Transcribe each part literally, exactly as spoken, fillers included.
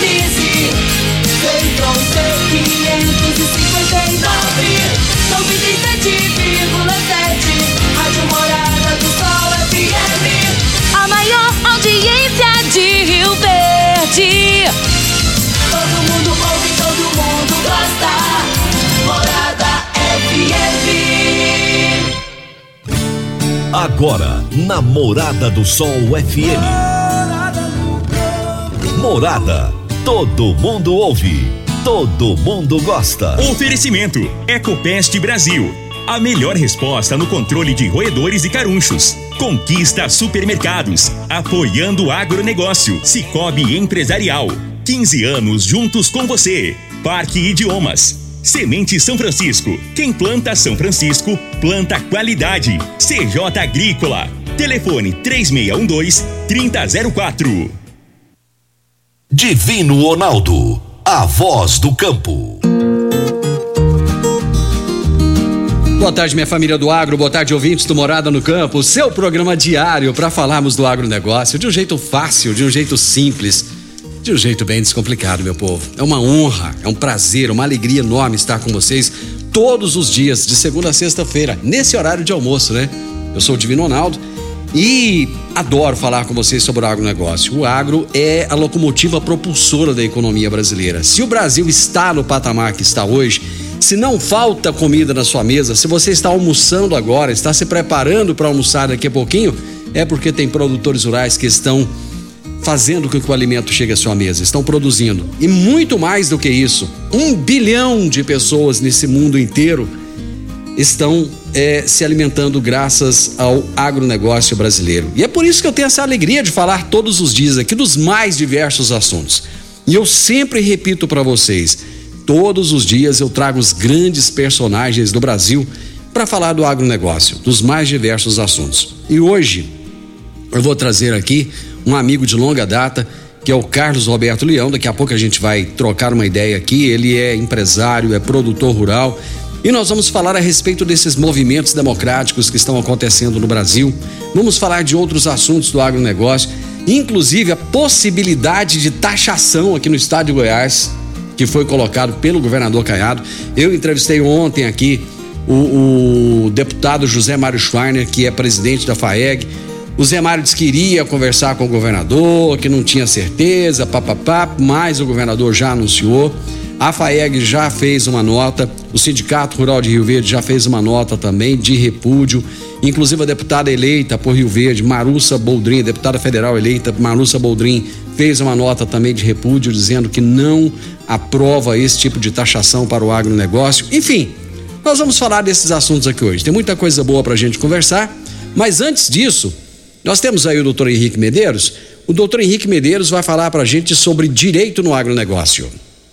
sintonize. Centron C quinhentos e cinquenta e nove, noventa e sete vírgula sete, Rádio Morada do Sol F M. A maior audiência de Rio Verde. Todo mundo ouve, todo mundo gosta. Morada F M. Agora, na Morada do Sol F M. Morada, todo mundo ouve, todo mundo gosta. Oferecimento Ecopest Brasil, a melhor resposta no controle de roedores e carunchos. Conquista Supermercados, apoiando o agronegócio. Cicobi Empresarial, quinze anos juntos com você. Parque Idiomas, Semente São Francisco, quem planta São Francisco, planta qualidade. C J Agrícola, telefone três seis um dois, três zero zero quatro. Divino Ronaldo, a voz do campo. Boa tarde, minha família do agro, boa tarde, ouvintes do Morada no Campo, seu programa diário para falarmos do agronegócio de um jeito fácil, de um jeito simples, de um jeito bem descomplicado, meu povo. É uma honra, é um prazer, uma alegria enorme estar com vocês todos os dias, de segunda a sexta-feira, nesse horário de almoço, né? Eu sou o Divino Ronaldo e adoro falar com vocês sobre o agronegócio. O agro é a locomotiva propulsora da economia brasileira. Se o Brasil está no patamar que está hoje, se não falta comida na sua mesa, se você está almoçando agora, está se preparando para almoçar daqui a pouquinho, é porque tem produtores rurais que estão fazendo com que o alimento chegue à sua mesa, estão produzindo. E muito mais do que isso, um bilhão de pessoas nesse mundo inteiro estão é, se alimentando graças ao agronegócio brasileiro. E é por isso que eu tenho essa alegria de falar todos os dias aqui dos mais diversos assuntos. E eu sempre repito para vocês, todos os dias eu trago os grandes personagens do Brasil para falar do agronegócio, dos mais diversos assuntos. E hoje eu vou trazer aqui um amigo de longa data, que é o Carlos Roberto Leão. Daqui a pouco a gente vai trocar uma ideia aqui. Ele é empresário, é produtor rural e nós vamos falar a respeito desses movimentos democráticos que estão acontecendo no Brasil. Vamos falar de outros assuntos do agronegócio, inclusive a possibilidade de taxação aqui no estado de Goiás, que foi colocado pelo governador Caiado. Eu entrevistei ontem aqui o, o deputado José Mário Schweiner, que é presidente da FAEG. O Zé Mário disse que iria conversar com o governador, que não tinha certeza, papapá, mas o governador já anunciou. A FAEG já fez uma nota, o Sindicato Rural de Rio Verde já fez uma nota também de repúdio. Inclusive a deputada eleita por Rio Verde, Marussa Boldrin, deputada federal eleita, Marussa Boldrin, fez uma nota também de repúdio dizendo que não aprova esse tipo de taxação para o agronegócio. Enfim, nós vamos falar desses assuntos aqui hoje. Tem muita coisa boa para a gente conversar, mas antes disso, nós temos aí o doutor Henrique Medeiros. O doutor Henrique Medeiros vai falar para a gente sobre direito no agronegócio.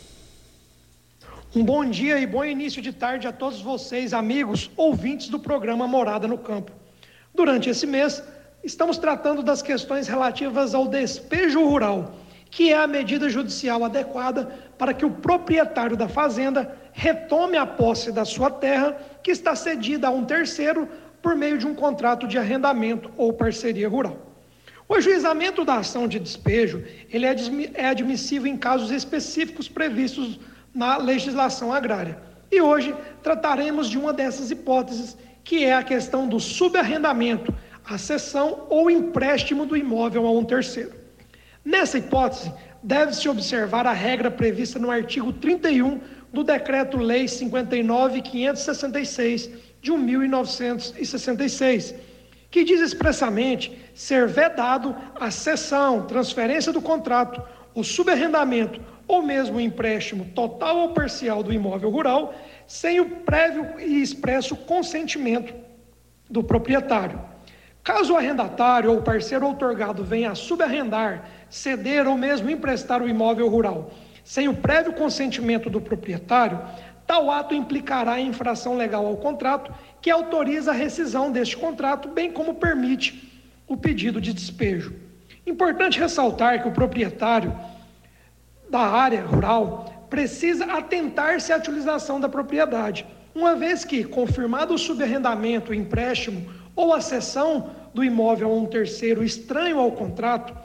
Um bom dia e bom início de tarde a todos vocês, amigos, ouvintes do programa Morada no Campo. Durante esse mês, estamos tratando das questões relativas ao despejo rural, que é a medida judicial adequada para que o proprietário da fazenda retome a posse da sua terra, que está cedida a um terceiro por meio de um contrato de arrendamento ou parceria rural. O ajuizamento da ação de despejo ele é admissível em casos específicos previstos na legislação agrária. E hoje trataremos de uma dessas hipóteses, que é a questão do subarrendamento, a cessão ou empréstimo do imóvel a um terceiro. Nessa hipótese, deve-se observar a regra prevista no artigo trinta e um do Decreto-Lei cinquenta e nove mil quinhentos e sessenta e seis, de mil novecentos e sessenta e seis, que diz expressamente ser vedado a cessão, transferência do contrato, o subarrendamento ou mesmo o empréstimo total ou parcial do imóvel rural, sem o prévio e expresso consentimento do proprietário. Caso o arrendatário ou o parceiro outorgado venha a subarrendar, ceder ou mesmo emprestar o imóvel rural sem o prévio consentimento do proprietário, tal ato implicará em infração legal ao contrato, que autoriza a rescisão deste contrato, bem como permite o pedido de despejo. Importante ressaltar que o proprietário da área rural precisa atentar-se à utilização da propriedade, uma vez que, confirmado o subarrendamento, o empréstimo ou a cessão do imóvel a um terceiro estranho ao contrato,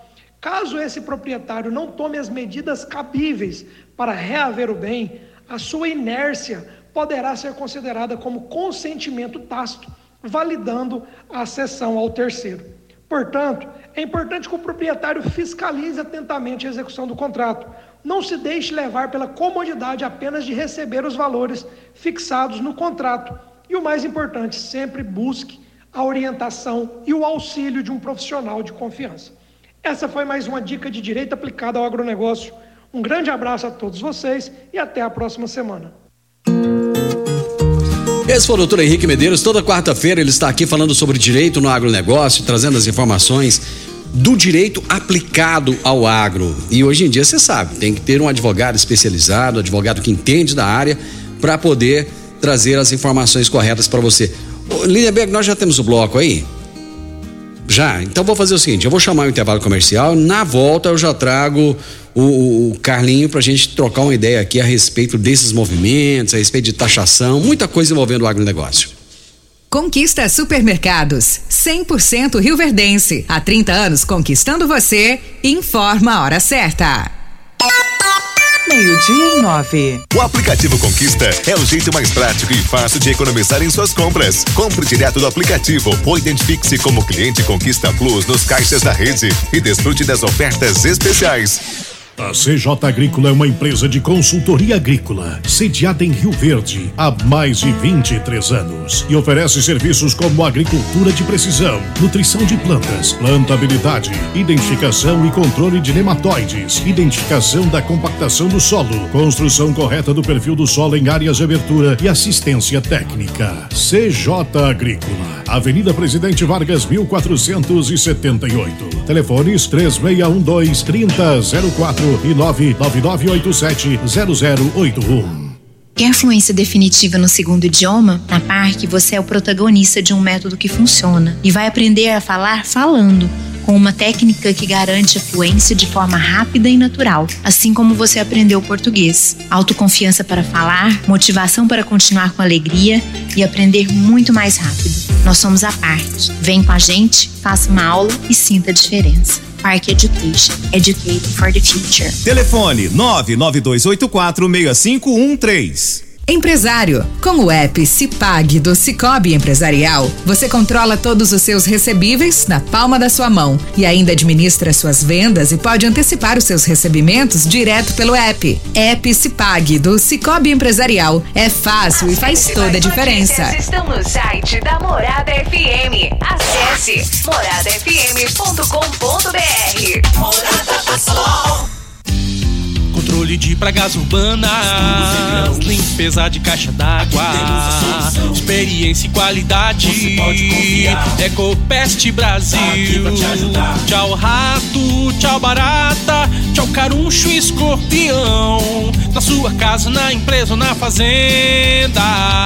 Caso esse proprietário não tome as medidas cabíveis para reaver o bem, a sua inércia poderá ser considerada como consentimento tácito, validando a cessão ao terceiro. Portanto, é importante que o proprietário fiscalize atentamente a execução do contrato. Não se deixe levar pela comodidade apenas de receber os valores fixados no contrato. E o mais importante, sempre busque a orientação e o auxílio de um profissional de confiança. Essa foi mais uma dica de direito aplicado ao agronegócio. Um grande abraço a todos vocês e até a próxima semana. Esse foi o doutor Henrique Medeiros. Toda quarta-feira ele está aqui falando sobre direito no agronegócio, trazendo as informações do direito aplicado ao agro. E hoje em dia você sabe, tem que ter um advogado especializado, advogado que entende da área, para poder trazer as informações corretas para você. Lindenberg, nós já temos o bloco aí? Já? Então vou fazer o seguinte, eu vou chamar o intervalo comercial, na volta eu já trago o, o Carlinho pra gente trocar uma ideia aqui a respeito desses movimentos, a respeito de taxação, muita coisa envolvendo o agronegócio. Conquista Supermercados, cem por cento rioverdense, há trinta anos conquistando você. Informa a hora certa. Meio-dia e nove. O aplicativo Conquista é o jeito mais prático e fácil de economizar em suas compras. Compre direto do aplicativo ou identifique-se como cliente Conquista Plus nos caixas da rede e desfrute das ofertas especiais. A C J Agrícola é uma empresa de consultoria agrícola, sediada em Rio Verde há mais de vinte e três anos e oferece serviços como agricultura de precisão, nutrição de plantas, plantabilidade, identificação e controle de nematóides, identificação da compactação do solo, construção correta do perfil do solo em áreas de abertura e assistência técnica. C J Agrícola, Avenida Presidente Vargas mil quatrocentos e setenta e oito. Telefones três seis um dois, três zero zero quatro e nove nove nove oito sete zero zero oito um. Quer fluência definitiva no segundo idioma? Na Parque, você é o protagonista de um método que funciona e vai aprender a falar falando, com uma técnica que garante a fluência de forma rápida e natural, assim como você aprendeu português. Autoconfiança para falar, motivação para continuar com alegria e aprender muito mais rápido. Nós somos a Parque. Vem com a gente, faça uma aula e sinta a diferença. Parque Education. Educate for the future. Telefone nove nove dois oito quatro seis cinco um três. Empresário, com o app Cipag do Cicobi Empresarial, você controla todos os seus recebíveis na palma da sua mão e ainda administra suas vendas e pode antecipar os seus recebimentos direto pelo app. App Cipag do Cicobi Empresarial. É fácil e faz toda a diferença. Estão no site da Morada F M. Acesse morada f m ponto com ponto b r. Morada Pessoal. Controle de pragas urbanas, limpeza de caixa d'água, experiência e qualidade, Ecopest Brasil. Tchau rato, tchau barata, tchau caruncho e escorpião, na sua casa, na empresa ou na fazenda.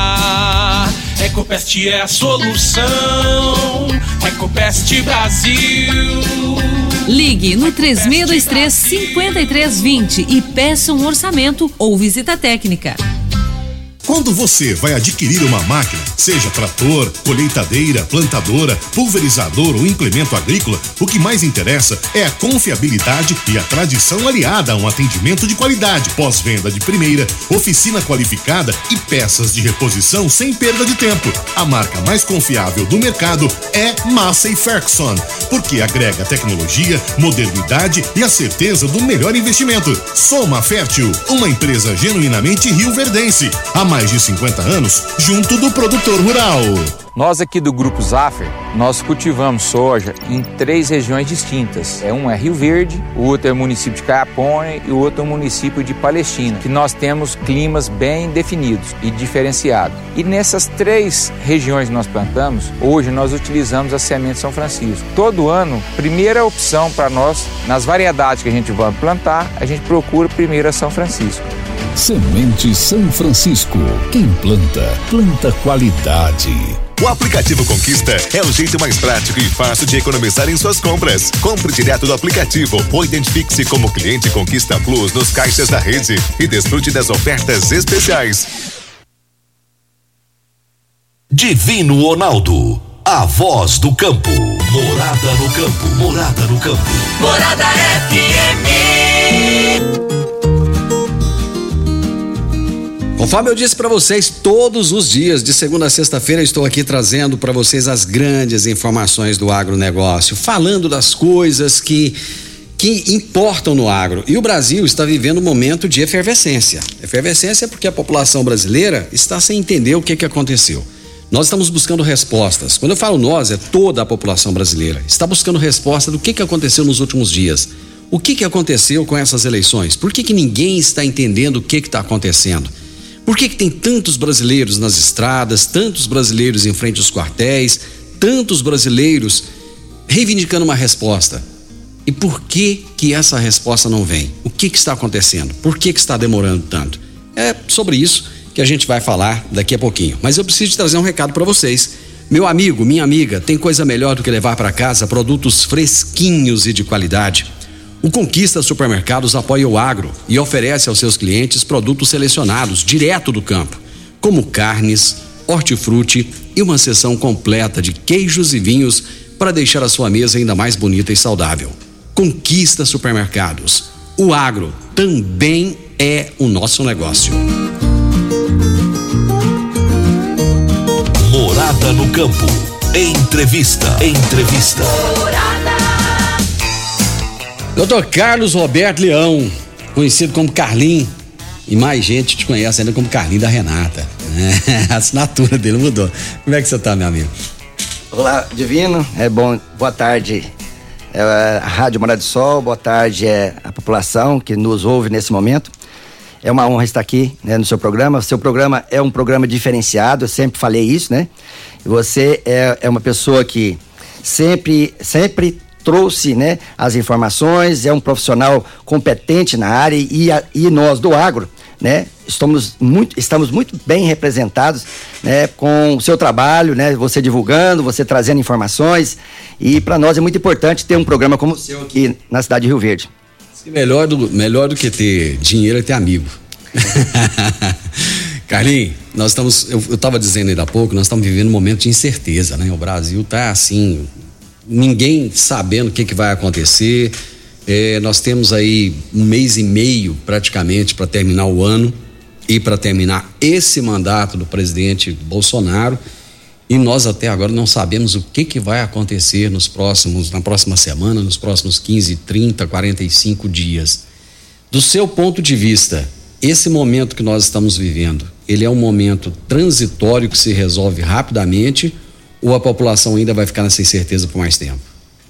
Ecopest é a solução, Ecopest Brasil. Ligue no três seis dois três, cinco três dois zero e peça um orçamento ou visita técnica. Quando você vai adquirir uma máquina, seja trator, colheitadeira, plantadora, pulverizador ou implemento agrícola, o que mais interessa é a confiabilidade e a tradição aliada a um atendimento de qualidade, pós-venda de primeira, oficina qualificada e peças de reposição sem perda de tempo. A marca mais confiável do mercado é Massey Ferguson, porque agrega tecnologia, modernidade e a certeza do melhor investimento. Soma Fértil, uma empresa genuinamente rioverdense, há mais de cinquenta anos, junto do produtor rural. Nós aqui do Grupo Zaffer, nós cultivamos soja em três regiões distintas. É um é Rio Verde, o outro é o município de Caiapônia e o outro é o município de Palestina, que nós temos climas bem definidos e diferenciados. E nessas três regiões que nós plantamos, hoje nós utilizamos a semente São Francisco. Todo ano, primeira opção para nós, nas variedades que a gente vai plantar, a gente procura primeiro a São Francisco. Semente São Francisco. Quem planta, planta qualidade. O aplicativo Conquista é o jeito mais prático e fácil de economizar em suas compras. Compre direto do aplicativo ou identifique-se como cliente Conquista Plus nos caixas da rede e desfrute das ofertas especiais. Divino Ronaldo, a voz do campo. Morada no campo, Morada no campo. Morada F M. Conforme eu disse para vocês, todos os dias, de segunda a sexta-feira, estou aqui trazendo para vocês as grandes informações do agronegócio, falando das coisas que, que importam no agro. E o Brasil está vivendo um momento de efervescência. Efervescência porque a população brasileira está sem entender o que, que aconteceu. Nós estamos buscando respostas. Quando eu falo nós, é toda a população brasileira. Está buscando resposta do que, que aconteceu nos últimos dias. O que, que aconteceu com essas eleições? Por que, que ninguém está entendendo o que está acontecendo? Por que, que tem tantos brasileiros nas estradas, tantos brasileiros em frente aos quartéis, tantos brasileiros reivindicando uma resposta? E por que que essa resposta não vem? O que que está acontecendo? Por que que está demorando tanto? É sobre isso que a gente vai falar daqui a pouquinho. Mas eu preciso trazer um recado para vocês. Meu amigo, minha amiga, tem coisa melhor do que levar para casa produtos fresquinhos e de qualidade. O Conquista Supermercados apoia o agro e oferece aos seus clientes produtos selecionados direto do campo, como carnes, hortifruti e uma seção completa de queijos e vinhos para deixar a sua mesa ainda mais bonita e saudável. Conquista Supermercados. O agro também é o nosso negócio. Morada no campo. Entrevista. Entrevista. doutor Carlos Roberto Leão, conhecido como Carlinho, e mais gente te conhece ainda como Carlinho da Renata. É, a assinatura dele mudou. Como é que você tá, meu amigo? Olá, Divino, é bom, boa tarde, é, a Rádio Morada do Sol, boa tarde é, a população que nos ouve nesse momento. É uma honra estar aqui, né, no seu programa. O seu programa é um programa diferenciado, eu sempre falei isso, né? Você é, é uma pessoa que sempre, sempre trouxe, né, as informações, é um profissional competente na área e, a, e nós do agro, né, estamos muito, estamos muito bem representados, né, com o seu trabalho, né, você divulgando, você trazendo informações, e para nós é muito importante ter um programa como o seu aqui na cidade de Rio Verde. Melhor do, melhor do que ter dinheiro é ter amigo. Carlinhos, nós estamos, eu, eu tava dizendo ainda há pouco, nós estamos vivendo um momento de incerteza, né? O Brasil tá assim, ninguém sabendo o que que vai acontecer. É, nós temos aí um mês e meio praticamente para terminar o ano e para terminar esse mandato do presidente Bolsonaro, e nós até agora não sabemos o que que vai acontecer nos próximos, na próxima semana, nos próximos quinze, trinta, quarenta e cinco dias. Do seu ponto de vista, esse momento que nós estamos vivendo, ele é um momento transitório que se resolve rapidamente, ou a população ainda vai ficar nessa incerteza por mais tempo?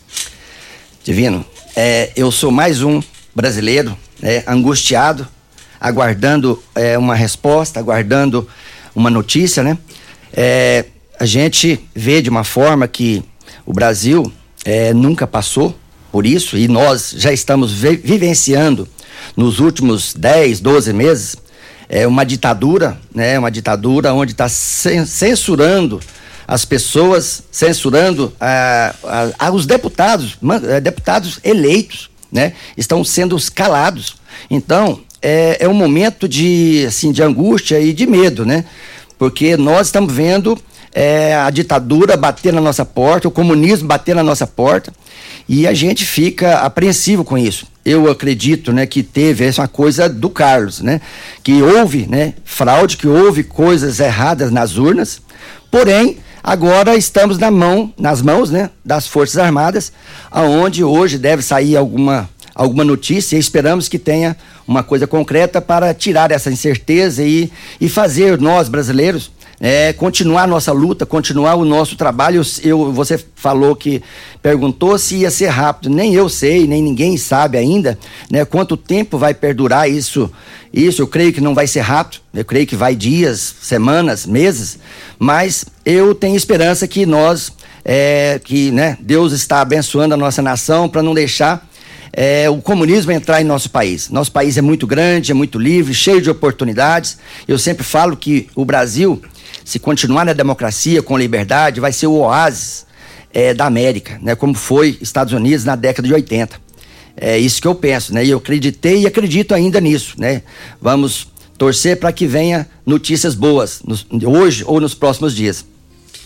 Divino, é, eu sou mais um brasileiro, né, angustiado, aguardando é, uma resposta, aguardando uma notícia, né? É, a gente vê de uma forma que o Brasil é, nunca passou por isso, e nós já estamos vi- vivenciando nos últimos dez, doze meses é, uma ditadura, né? Uma ditadura onde está censurando as pessoas, censurando ah, ah, os deputados, man, eh, deputados eleitos, né? Estão sendo calados. Então, é, é um momento de, assim, de angústia e de medo, né? Porque nós estamos vendo é, a ditadura bater na nossa porta, o comunismo bater na nossa porta, e a gente fica apreensivo com isso. Eu acredito, né, que teve essa coisa do Carlos, né? Que houve, né, fraude, que houve coisas erradas nas urnas, porém, agora estamos na mão, nas mãos, né, das Forças Armadas, aonde hoje deve sair alguma, alguma notícia, e esperamos que tenha uma coisa concreta para tirar essa incerteza e, e fazer nós, brasileiros, é, continuar nossa luta, continuar o nosso trabalho. Eu, você falou que perguntou se ia ser rápido, nem eu sei, nem ninguém sabe ainda, né, quanto tempo vai perdurar isso. Isso eu creio que não vai ser rápido, eu creio que vai dias, semanas, meses, mas eu tenho esperança que nós, é, que, né, Deus está abençoando a nossa nação para não deixar é, o comunismo entrar em nosso país. Nosso país é muito grande, é muito livre, cheio de oportunidades. Eu sempre falo que o Brasil, se continuar na democracia, com liberdade, vai ser o oásis é, da América, né, como foi Estados Unidos na década de oitenta. É isso que eu penso, né? E eu acreditei e acredito ainda nisso, né? Vamos torcer para que venha notícias boas nos, hoje ou nos próximos dias.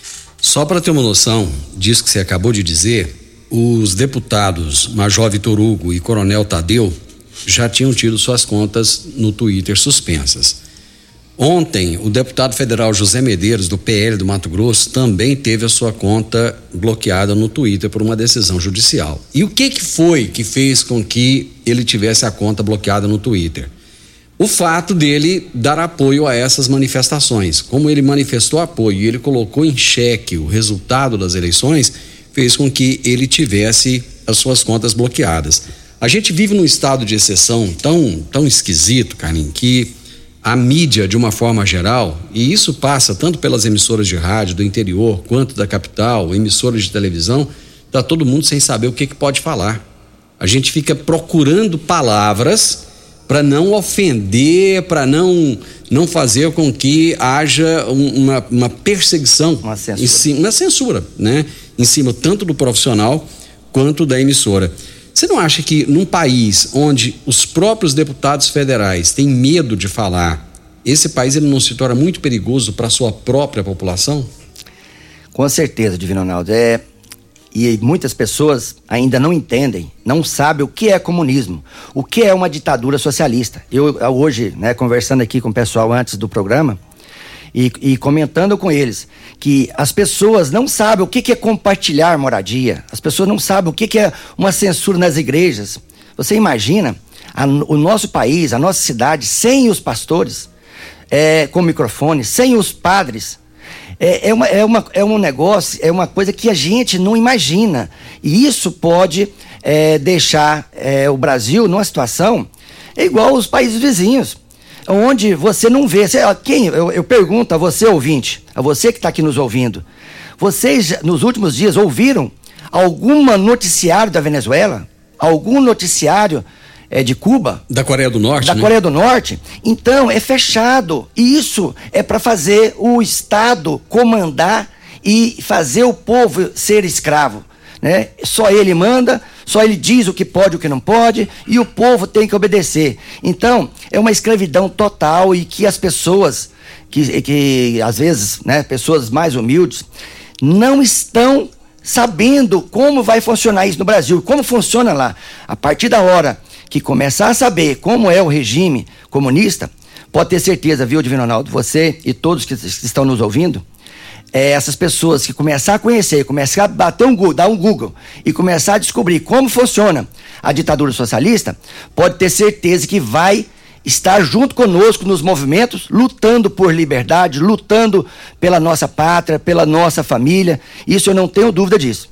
Só para ter uma noção disso que você acabou de dizer, os deputados Major Vitor Hugo e Coronel Tadeu já tinham tido suas contas no Twitter suspensas. Ontem, o deputado federal José Medeiros, do P L do Mato Grosso, também teve a sua conta bloqueada no Twitter por uma decisão judicial. E o que que foi que fez com que ele tivesse a conta bloqueada no Twitter? O fato dele dar apoio a essas manifestações. Como ele manifestou apoio e ele colocou em xeque o resultado das eleições, fez com que ele tivesse as suas contas bloqueadas. A gente vive num estado de exceção tão, tão esquisito, Carlinhos, que a mídia, de uma forma geral, e isso passa tanto pelas emissoras de rádio do interior quanto da capital, emissoras de televisão, tá todo mundo sem saber o que que pode falar. A gente fica procurando palavras para não ofender, para não não fazer com que haja um, uma, uma perseguição, uma censura. Em cima, uma censura, né? Em cima tanto do profissional quanto da emissora. Você não acha que num país onde os próprios deputados federais têm medo de falar, esse país ele não se torna muito perigoso para a sua própria população? Com certeza, Divino Ronaldo. É, e muitas pessoas ainda não entendem, não sabem o que é comunismo, o que é uma ditadura socialista. Eu hoje, né, conversando aqui com o pessoal antes do programa, E, e comentando com eles que as pessoas não sabem o que, que é compartilhar moradia, as pessoas não sabem o que, que é uma censura nas igrejas. Você imagina a, o nosso país, a nossa cidade, sem os pastores, é, com microfone, sem os padres. É, é, uma, é, uma, é um negócio, é uma coisa que a gente não imagina. E isso pode é, deixar é, o Brasil numa situação igual aos países vizinhos, onde você não vê. Você, quem, eu, eu pergunto a você, ouvinte, a você que está aqui nos ouvindo, vocês nos últimos dias ouviram algum noticiário da Venezuela? Algum noticiário é, de Cuba? Da Coreia do Norte, Da né? Coreia do Norte? Então, é fechado. E isso é para fazer o Estado comandar e fazer o povo ser escravo, né? Só ele manda, só ele diz o que pode e o que não pode, e o povo tem que obedecer. Então, é uma escravidão total, e que as pessoas, que, que às vezes, né, pessoas mais humildes, não estão sabendo como vai funcionar isso no Brasil, como funciona lá. A partir da hora que começar a saber como é o regime comunista, pode ter certeza, viu, Divino Ronaldo, você e todos que estão nos ouvindo, É, essas pessoas que começar a conhecer, começar a bater um Google, dar um Google e começar a descobrir como funciona a ditadura socialista, pode ter certeza que vai estar junto conosco nos movimentos, lutando por liberdade, lutando pela nossa pátria, pela nossa família. Isso eu não tenho dúvida disso.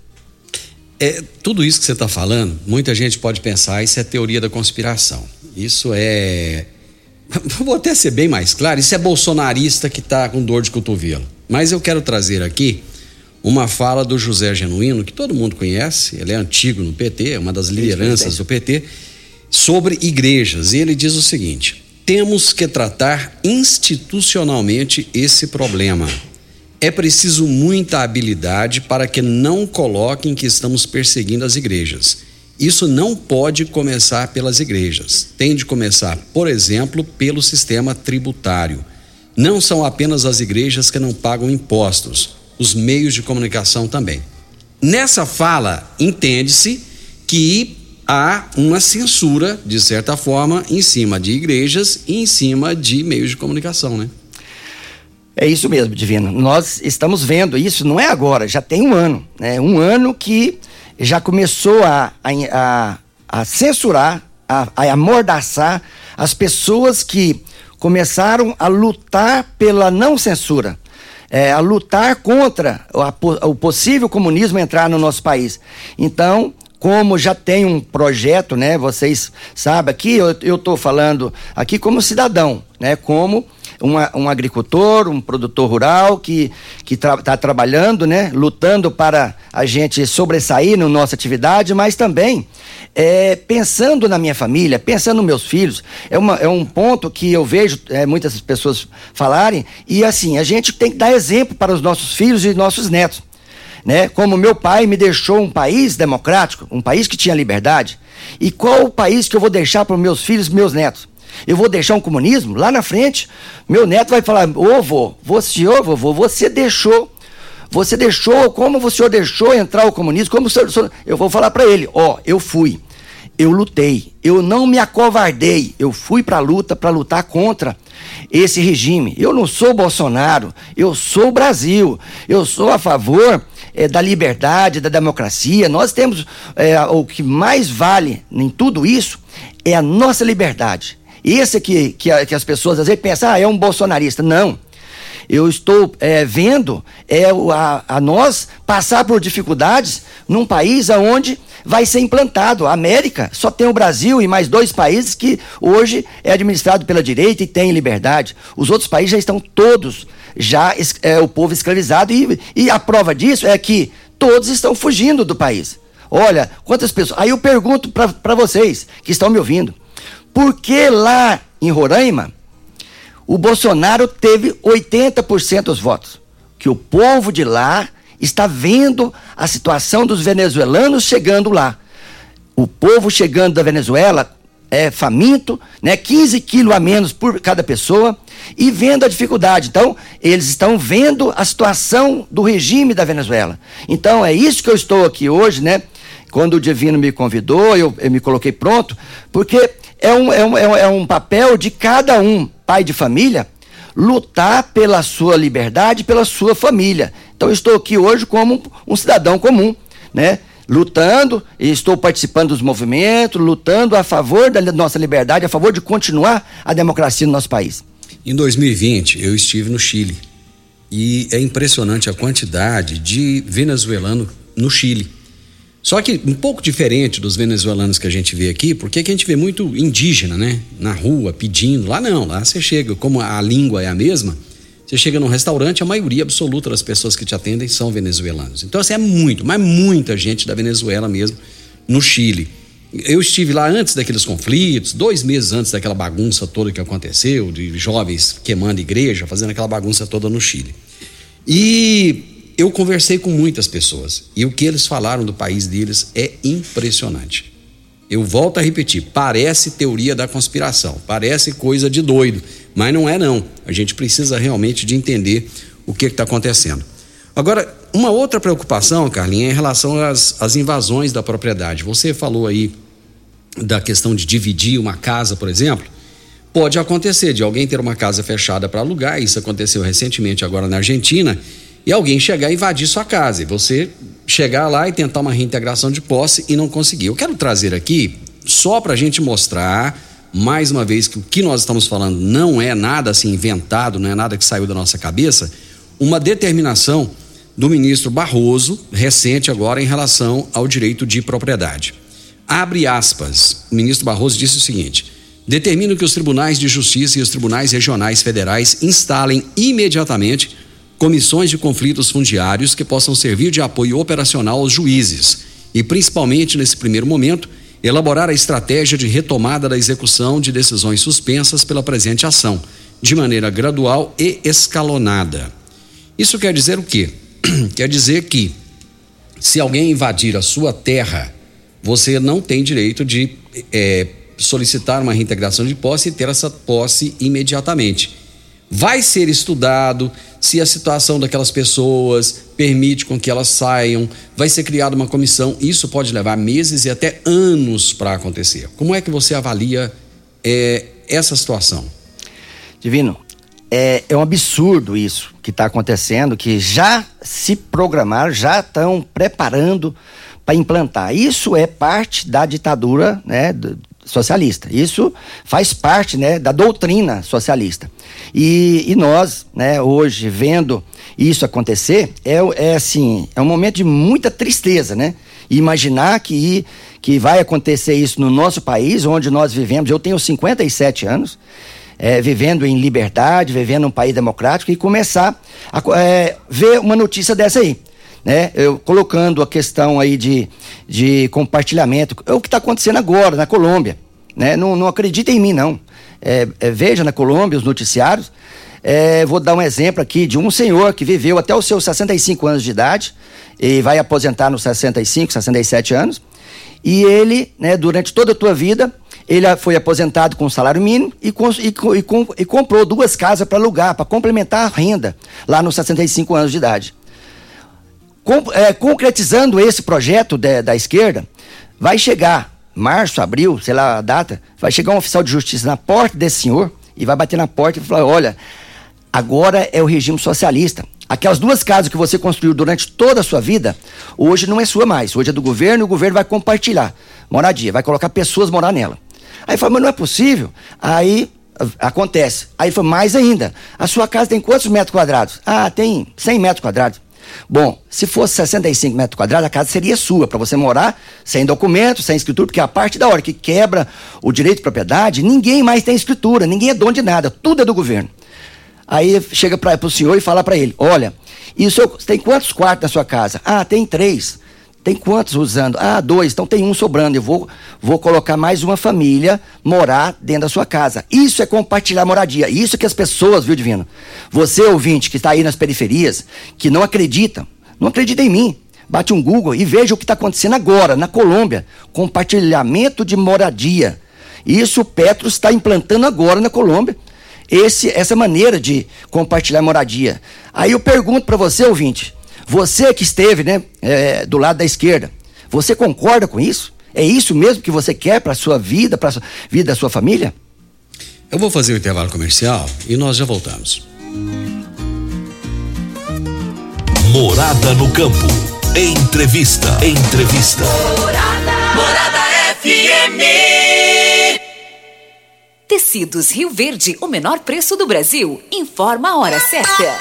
É, tudo isso que você está falando, muita gente pode pensar, isso é teoria da conspiração. Isso é... Vou até ser bem mais claro, isso é bolsonarista que está com dor de cotovelo. Mas eu quero trazer aqui uma fala do José Genuíno, que todo mundo conhece, ele é antigo no P T, é uma das lideranças do P T, sobre igrejas. E ele diz o seguinte: temos que tratar institucionalmente esse problema. É preciso muita habilidade para que não coloquem que estamos perseguindo as igrejas. Isso não pode começar pelas igrejas. Tem de começar, por exemplo, pelo sistema tributário. Não são apenas as igrejas que não pagam impostos, os meios de comunicação também. Nessa fala, entende-se que há uma censura, de certa forma, em cima de igrejas e em cima de meios de comunicação, né? É isso mesmo, Divino. Nós estamos vendo isso, não é agora, já tem um ano, né? Um ano que já começou a, a, a censurar, a, a amordaçar as pessoas que começaram a lutar pela não censura, é, a lutar contra a, o possível comunismo entrar no nosso país. Então, como já tem um projeto, né? Vocês sabem, aqui eu estou falando aqui como cidadão, né? Como uma, um agricultor, um produtor rural que que está tra- trabalhando, né? Lutando para a gente sobressair na nossa atividade, mas também é, pensando na minha família, pensando nos meus filhos. É, uma, é um ponto que eu vejo é, muitas pessoas falarem, e assim, a gente tem que dar exemplo para os nossos filhos e nossos netos, né? Como meu pai me deixou um país democrático, um país que tinha liberdade, e qual o país que eu vou deixar para os meus filhos e meus netos? Eu vou deixar um comunismo? Lá na frente, meu neto vai falar: ô vô, você, ô vovô, você deixou, você deixou, como o senhor deixou entrar o comunismo, como o senhor, o senhor eu vou falar para ele, ó, eu fui, eu lutei, eu não me acovardei, eu fui para a luta, para lutar contra esse regime. Eu não sou Bolsonaro, eu sou o Brasil, eu sou a favor é, da liberdade, da democracia. Nós temos, é, o que mais vale em tudo isso é a nossa liberdade. Esse que, que, que as pessoas às vezes pensam, ah, é um bolsonarista. Não. Eu estou é, vendo é, a, a nós passar por dificuldades num país onde vai ser implantado. A América só tem o Brasil e mais dois países que hoje é administrado pela direita e tem liberdade. Os outros países já estão todos, já é, o povo escravizado e, e a prova disso é que todos estão fugindo do país. Olha, quantas pessoas... Aí eu pergunto para vocês que estão me ouvindo, por que lá em Roraima o Bolsonaro teve oitenta por cento dos votos? Que o povo de lá está vendo a situação dos venezuelanos chegando lá. O povo chegando da Venezuela é faminto, né, quinze quilos a menos por cada pessoa, e vendo a dificuldade. Então, eles estão vendo a situação do regime da Venezuela. Então, é isso que eu estou aqui hoje, né? Quando o Divino me convidou, eu, eu me coloquei pronto, porque é um, é, um, é um papel de cada um, pai de família, lutar pela sua liberdade, pela sua família. Então eu estou aqui hoje como um, um cidadão comum, né? Lutando, e estou participando dos movimentos, lutando a favor da nossa liberdade, a favor de continuar a democracia no nosso país. Em dois mil e vinte, eu estive no Chile e é impressionante a quantidade de venezuelanos no Chile. Só que um pouco diferente dos venezuelanos que a gente vê aqui, porque aqui a gente vê muito indígena, né? Na rua, pedindo. Lá não, lá você chega, como a língua é a mesma, você chega num restaurante, a maioria absoluta das pessoas que te atendem são venezuelanos. Então, assim, é muito, mas muita gente da Venezuela mesmo no Chile. Eu estive lá antes daqueles conflitos, dois meses antes daquela bagunça toda que aconteceu, de jovens queimando igreja, fazendo aquela bagunça toda no Chile. E eu conversei com muitas pessoas e o que eles falaram do país deles é impressionante. Eu volto a repetir, parece teoria da conspiração, parece coisa de doido, mas não é não. A gente precisa realmente de entender o que está acontecendo. Agora, uma outra preocupação, Carlinha, é em relação às, às invasões da propriedade. Você falou aí da questão de dividir uma casa, por exemplo. Pode acontecer de alguém ter uma casa fechada para alugar, isso aconteceu recentemente agora na Argentina, e alguém chegar e invadir sua casa, e você chegar lá e tentar uma reintegração de posse e não conseguir. Eu quero trazer aqui, só para a gente mostrar, mais uma vez, que o que nós estamos falando não é nada assim inventado, não é nada que saiu da nossa cabeça, uma determinação do ministro Barroso, recente agora, em relação ao direito de propriedade. Abre aspas, o ministro Barroso disse o seguinte: determino que os tribunais de justiça e os tribunais regionais federais instalem imediatamente comissões de conflitos fundiários que possam servir de apoio operacional aos juízes e, principalmente nesse primeiro momento, elaborar a estratégia de retomada da execução de decisões suspensas pela presente ação, de maneira gradual e escalonada. Isso quer dizer o quê? Quer dizer que, se alguém invadir a sua terra, você não tem direito de é, solicitar uma reintegração de posse e ter essa posse imediatamente. Vai ser estudado se a situação daquelas pessoas permite com que elas saiam, vai ser criada uma comissão, isso pode levar meses e até anos para acontecer. Como é que você avalia é, essa situação? Divino, é, é um absurdo isso que está acontecendo, que já se programaram, já estão preparando para implantar. Isso é parte da ditadura, né, do, socialista. Isso faz parte, né, da doutrina socialista. E, e nós, né, hoje, vendo isso acontecer, é, é assim, é um momento de muita tristeza, né? E imaginar que, que vai acontecer isso no nosso país, onde nós vivemos. Eu tenho cinquenta e sete anos, é, vivendo em liberdade, vivendo num país democrático, e começar a é, ver uma notícia dessa aí. Né? Eu colocando a questão aí de, de compartilhamento, é o que está acontecendo agora na Colômbia, né? Não, não acreditem em mim, não. É, é, veja na Colômbia os noticiários. É, vou dar um exemplo aqui de um senhor que viveu até os seus sessenta e cinco anos de idade e vai aposentar nos sessenta e cinco, sessenta e sete anos, e ele, né, durante toda a tua vida, ele foi aposentado com salário mínimo e, com, e, e, com, e comprou duas casas para alugar, para complementar a renda lá nos sessenta e cinco anos de idade. Com, é, concretizando esse projeto de, da esquerda, vai chegar março, abril, sei lá a data, vai chegar um oficial de justiça na porta desse senhor e vai bater na porta e falar, olha, agora é o regime socialista. Aquelas duas casas que você construiu durante toda a sua vida, hoje não é sua mais, hoje é do governo e o governo vai compartilhar moradia, vai colocar pessoas morar nela. Aí fala, mas não é possível. Aí acontece. Aí fala, mais ainda, a sua casa tem quantos metros quadrados? Ah, tem cem metros quadrados. Bom, se fosse sessenta e cinco metros quadrados, a casa seria sua, para você morar sem documento, sem escritura, porque a partir da hora que quebra o direito de propriedade, ninguém mais tem escritura, ninguém é dono de nada, tudo é do governo. Aí chega para o senhor e fala para ele, olha, e o senhor tem quantos quartos na sua casa? Ah, tem três. Tem quantos usando? Ah, dois, então tem um sobrando, eu vou, vou colocar mais uma família morar dentro da sua casa. Isso é compartilhar moradia, isso que as pessoas, viu, Divino? Você, ouvinte, que está aí nas periferias, que não acredita, não acredita em mim, bate um Google e veja o que está acontecendo agora, na Colômbia, compartilhamento de moradia. Isso o Petro está implantando agora na Colômbia, esse, essa maneira de compartilhar moradia. Aí eu pergunto para você, ouvinte, você que esteve, né, é, do lado da esquerda, você concorda com isso? É isso mesmo que você quer para a sua vida, para a vida da sua família? Eu vou fazer o intervalo comercial e nós já voltamos. Morada no campo. Entrevista. Entrevista. Morada. Morada F M. Tecidos Rio Verde, o menor preço do Brasil. Informa a hora certa.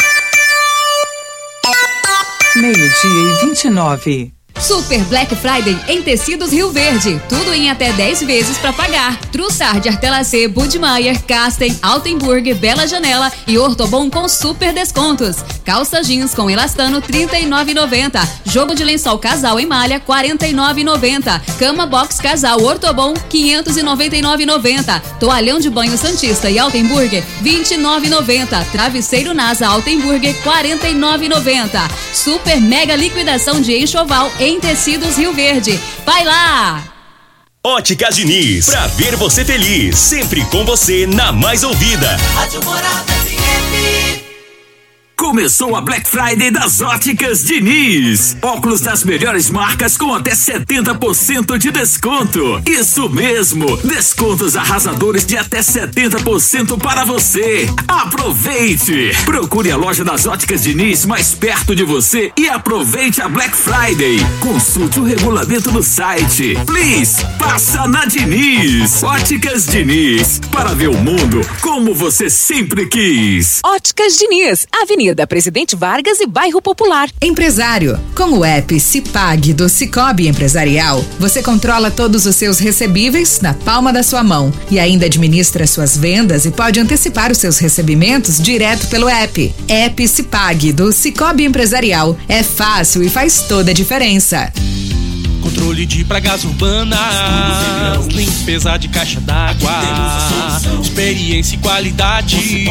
Meio-dia e vinte e nove. Super Black Friday em Tecidos Rio Verde. Tudo em até dez vezes para pagar. Trussard, Artelacê, Budmeier, Casten, Altenburg, Bela Janela e Ortobon com super descontos. Calça jeans com elastano trinta e nove reais e noventa centavos. Jogo de lençol casal em malha quarenta e nove reais e noventa centavos. Cama box casal Ortobon quinhentos e noventa e nove reais e noventa centavos. Toalhão de banho Santista e Altenburg vinte e nove reais e noventa centavos. Travesseiro NASA Altenburg quarenta e nove reais e noventa centavos. Super mega liquidação de enxoval em Tecidos Rio Verde. Vai lá! Óticas Diniz, pra ver você feliz, sempre com você na mais ouvida. Rádio Morada F M. Começou a Black Friday das Óticas Diniz. Óculos das melhores marcas com até setenta por cento de desconto. Isso mesmo, descontos arrasadores de até setenta por cento para você. Aproveite! Procure a loja das Óticas Diniz mais perto de você e aproveite a Black Friday. Consulte o regulamento no site. Please, passa na Diniz. Óticas Diniz, para ver o mundo como você sempre quis. Óticas Diniz, Avenida da Presidente Vargas e Bairro Popular. Empresário, com o app Cipag do Cicobi Empresarial, você controla todos os seus recebíveis na palma da sua mão e ainda administra suas vendas e pode antecipar os seus recebimentos direto pelo app. App Cipag do Cicobi Empresarial. É fácil e faz toda a diferença. Controle de pragas urbanas, limpeza de caixa d'água, experiência e qualidade,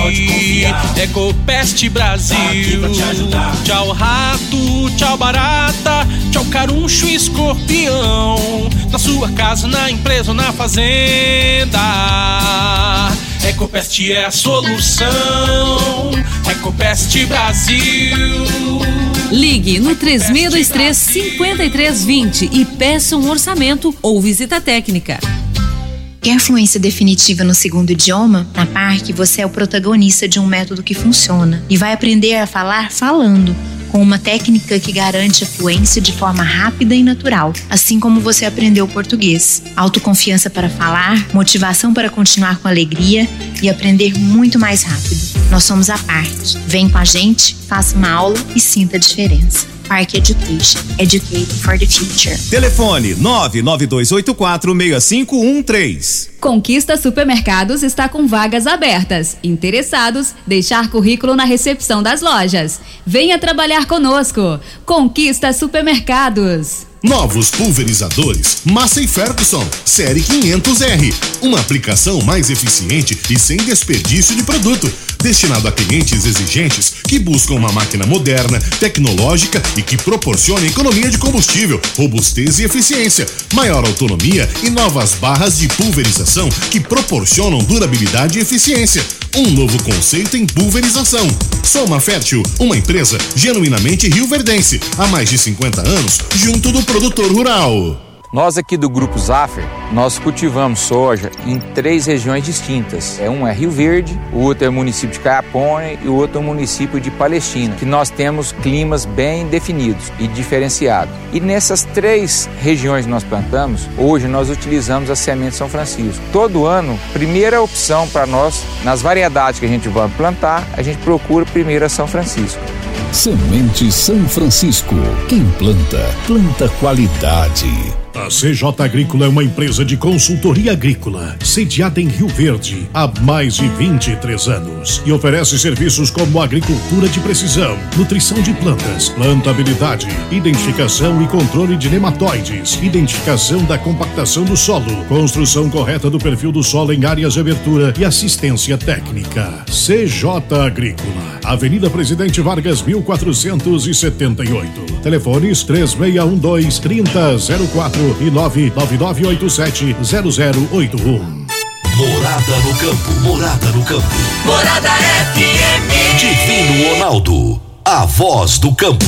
Ecopest Brasil. Tchau rato, tchau barata, tchau caruncho e escorpião, na sua casa, na empresa ou na fazenda. Ecopest é a solução, Ecopest Brasil. Ligue no três seis dois três, cinco três dois zero e peça um orçamento ou visita técnica. Quer fluência definitiva no segundo idioma? Na Parque, você é o protagonista de um método que funciona e vai aprender a falar falando, com uma técnica que garante a fluência de forma rápida e natural, assim como você aprendeu português. Autoconfiança para falar, motivação para continuar com alegria e aprender muito mais rápido. Nós somos a Parque. Vem com a gente, faça uma aula e sinta a diferença. Parque Education. Educate for the future. Telefone nove nove dois oito quatro, seis cinco um três. Conquista Supermercados está com vagas abertas. Interessados, deixar currículo na recepção das lojas. Venha trabalhar conosco. Conquista Supermercados. Novos pulverizadores Massey Ferguson Série quinhentos R. Uma aplicação mais eficiente e sem desperdício de produto. destinado a clientes exigentes que buscam uma máquina moderna, tecnológica e que proporcione economia de combustível, robustez e eficiência, maior autonomia e novas barras de pulverização que proporcionam durabilidade e eficiência. Um novo conceito em pulverização. Soma Fértil, uma empresa genuinamente rioverdense, há mais de cinquenta anos, junto do produtor rural. Nós aqui do Grupo Zaffer, nós cultivamos soja em três regiões distintas. É um é Rio Verde, o outro é o município de Caiapônia e o outro é o município de Palestina, que nós temos climas bem definidos e diferenciados. E nessas três regiões que nós plantamos, hoje nós utilizamos a semente São Francisco. Todo ano, primeira opção para nós, nas variedades que a gente vai plantar, a gente procura primeiro a São Francisco. Semente São Francisco. Quem planta, planta qualidade. A C J Agrícola é uma empresa de consultoria agrícola, sediada em Rio Verde há mais de vinte e três anos e oferece serviços como agricultura de precisão, nutrição de plantas, plantabilidade, identificação e controle de nematóides, identificação da compactação do solo, construção correta do perfil do solo em áreas de abertura e assistência técnica. C J Agrícola, Avenida Presidente Vargas, mil quatrocentos e setenta e oito. Telefones três seis um dois, três zero zero quatro e nove nove nove oito sete zero zero oito um. Morada no campo, Morada no campo. Morada F M. Divino Ronaldo, a voz do campo.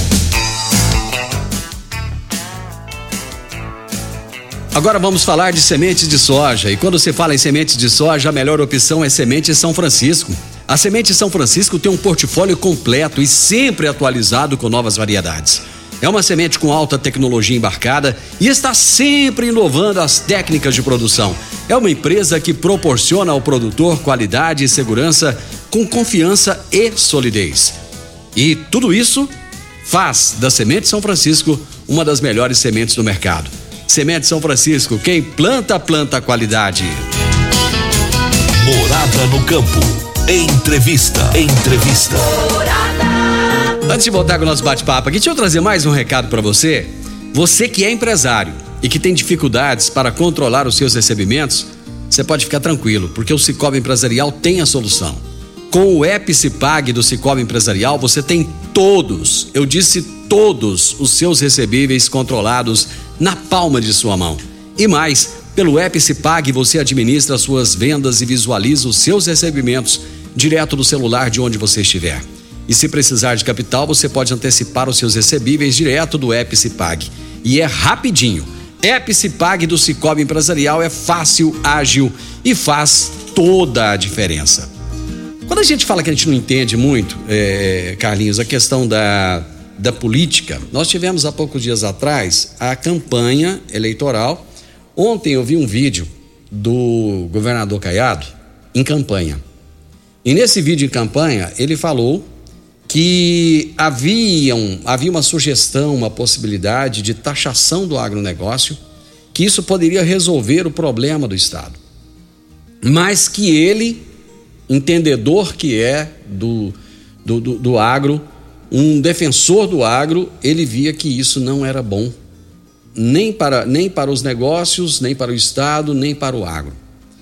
Agora vamos falar de sementes de soja. E quando se fala em sementes de soja, a melhor opção é Semente São Francisco. A Semente São Francisco tem um portfólio completo e sempre atualizado com novas variedades. É uma semente com alta tecnologia embarcada e está sempre inovando as técnicas de produção. É uma empresa que proporciona ao produtor qualidade e segurança com confiança e solidez. E tudo isso faz da Semente São Francisco uma das melhores sementes do mercado. Semente São Francisco, quem planta, planta qualidade. Morada no campo. Entrevista. Entrevista. Antes de voltar com o nosso bate-papo aqui, deixa eu trazer mais um recado para você. Você que é empresário e que tem dificuldades para controlar os seus recebimentos, você pode ficar tranquilo, porque o Sicoob Empresarial tem a solução. Com o Epicipag do Sicoob Empresarial, você tem todos, eu disse todos, os seus recebíveis controlados na palma de sua mão. E mais, pelo Epicipag você administra suas vendas e visualiza os seus recebimentos direto do celular de onde você estiver. E se precisar de capital, você pode antecipar os seus recebíveis direto do Epicipag. E é rapidinho. Epicipag do Sicoob Empresarial é fácil, ágil e faz toda a diferença. Quando a gente fala que a gente não entende muito, é, Carlinhos, a questão da, da política, nós tivemos há poucos dias atrás a campanha eleitoral. Ontem eu vi um vídeo do governador Caiado em campanha. E nesse vídeo em campanha, ele falou que haviam, havia uma sugestão, uma possibilidade de taxação do agronegócio, que isso poderia resolver o problema do Estado. Mas que ele, entendedor que é do, do, do, do agro, um defensor do agro, ele via que isso não era bom, nem para, nem para os negócios, nem para o Estado, nem para o agro.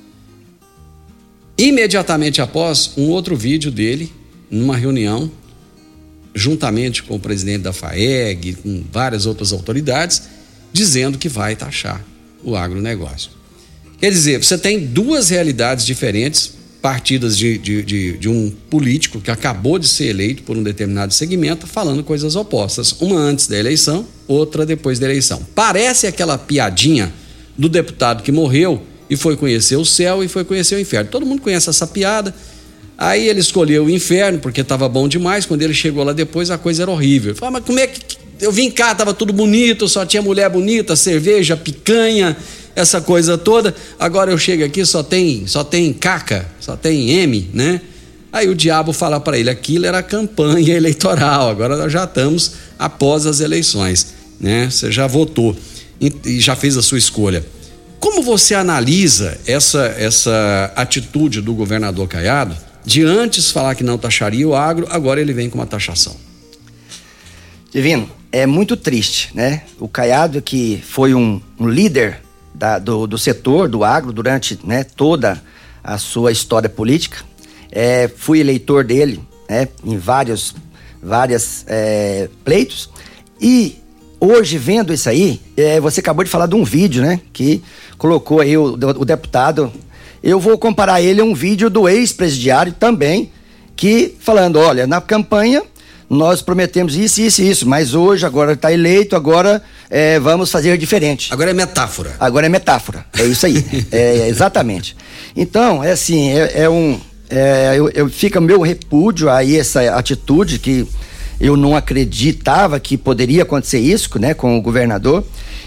Imediatamente após, um outro vídeo dele, numa reunião, juntamente com o presidente da FAEG, com várias outras autoridades, dizendo que vai taxar o agronegócio. Quer dizer, você tem duas realidades diferentes, partidas de, de, de, de um político que acabou de ser eleito por um determinado segmento, falando coisas opostas. Uma antes da eleição, outra depois da eleição. Parece aquela piadinha do deputado que morreu e foi conhecer o céu e foi conhecer o inferno. Todo mundo conhece essa piada. Aí ele escolheu o inferno porque estava bom demais. Quando ele chegou lá depois, a coisa era horrível. Ele falou, mas como é que... Eu vim cá, estava tudo bonito, só tinha mulher bonita, cerveja, picanha, essa coisa toda. Agora eu chego aqui, só tem, só tem caca, só tem M, né? Aí o diabo fala para ele, aquilo era campanha eleitoral, agora nós já estamos após as eleições, né? Você já votou e já fez a sua escolha. Como você analisa essa, essa atitude do governador Caiado de antes falar que não taxaria o agro, agora ele vem com uma taxação? Divino, é muito triste, né? O Caiado, que foi um, um líder da, do, do setor do agro durante, né, toda a sua história política, é, fui eleitor dele, né, em vários várias é, pleitos, e hoje vendo isso aí, é, você acabou de falar de um vídeo, né, que colocou aí o, o deputado, eu vou comparar ele a um vídeo do ex-presidiário também, que falando, olha, na campanha nós prometemos isso, isso e isso, mas hoje, agora está eleito, agora é, vamos fazer diferente. Agora é metáfora. Agora é metáfora, é isso aí, é, exatamente. Então, é assim, é, é um, é, eu, eu, fica meu repúdio aí essa atitude que eu não acreditava que poderia acontecer isso, né, com o governador,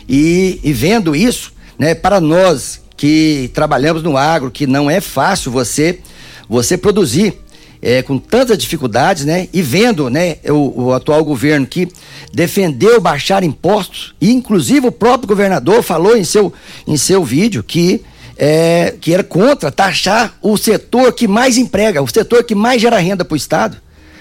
e, e vendo isso, né, para nós que trabalhamos no agro, que não é fácil você, você produzir, É, com tantas dificuldades, né? E vendo, né, o, o atual governo que defendeu baixar impostos, e inclusive o próprio governador falou em seu, em seu vídeo que, é, que era contra taxar o setor que mais emprega, o setor que mais gera renda para o Estado.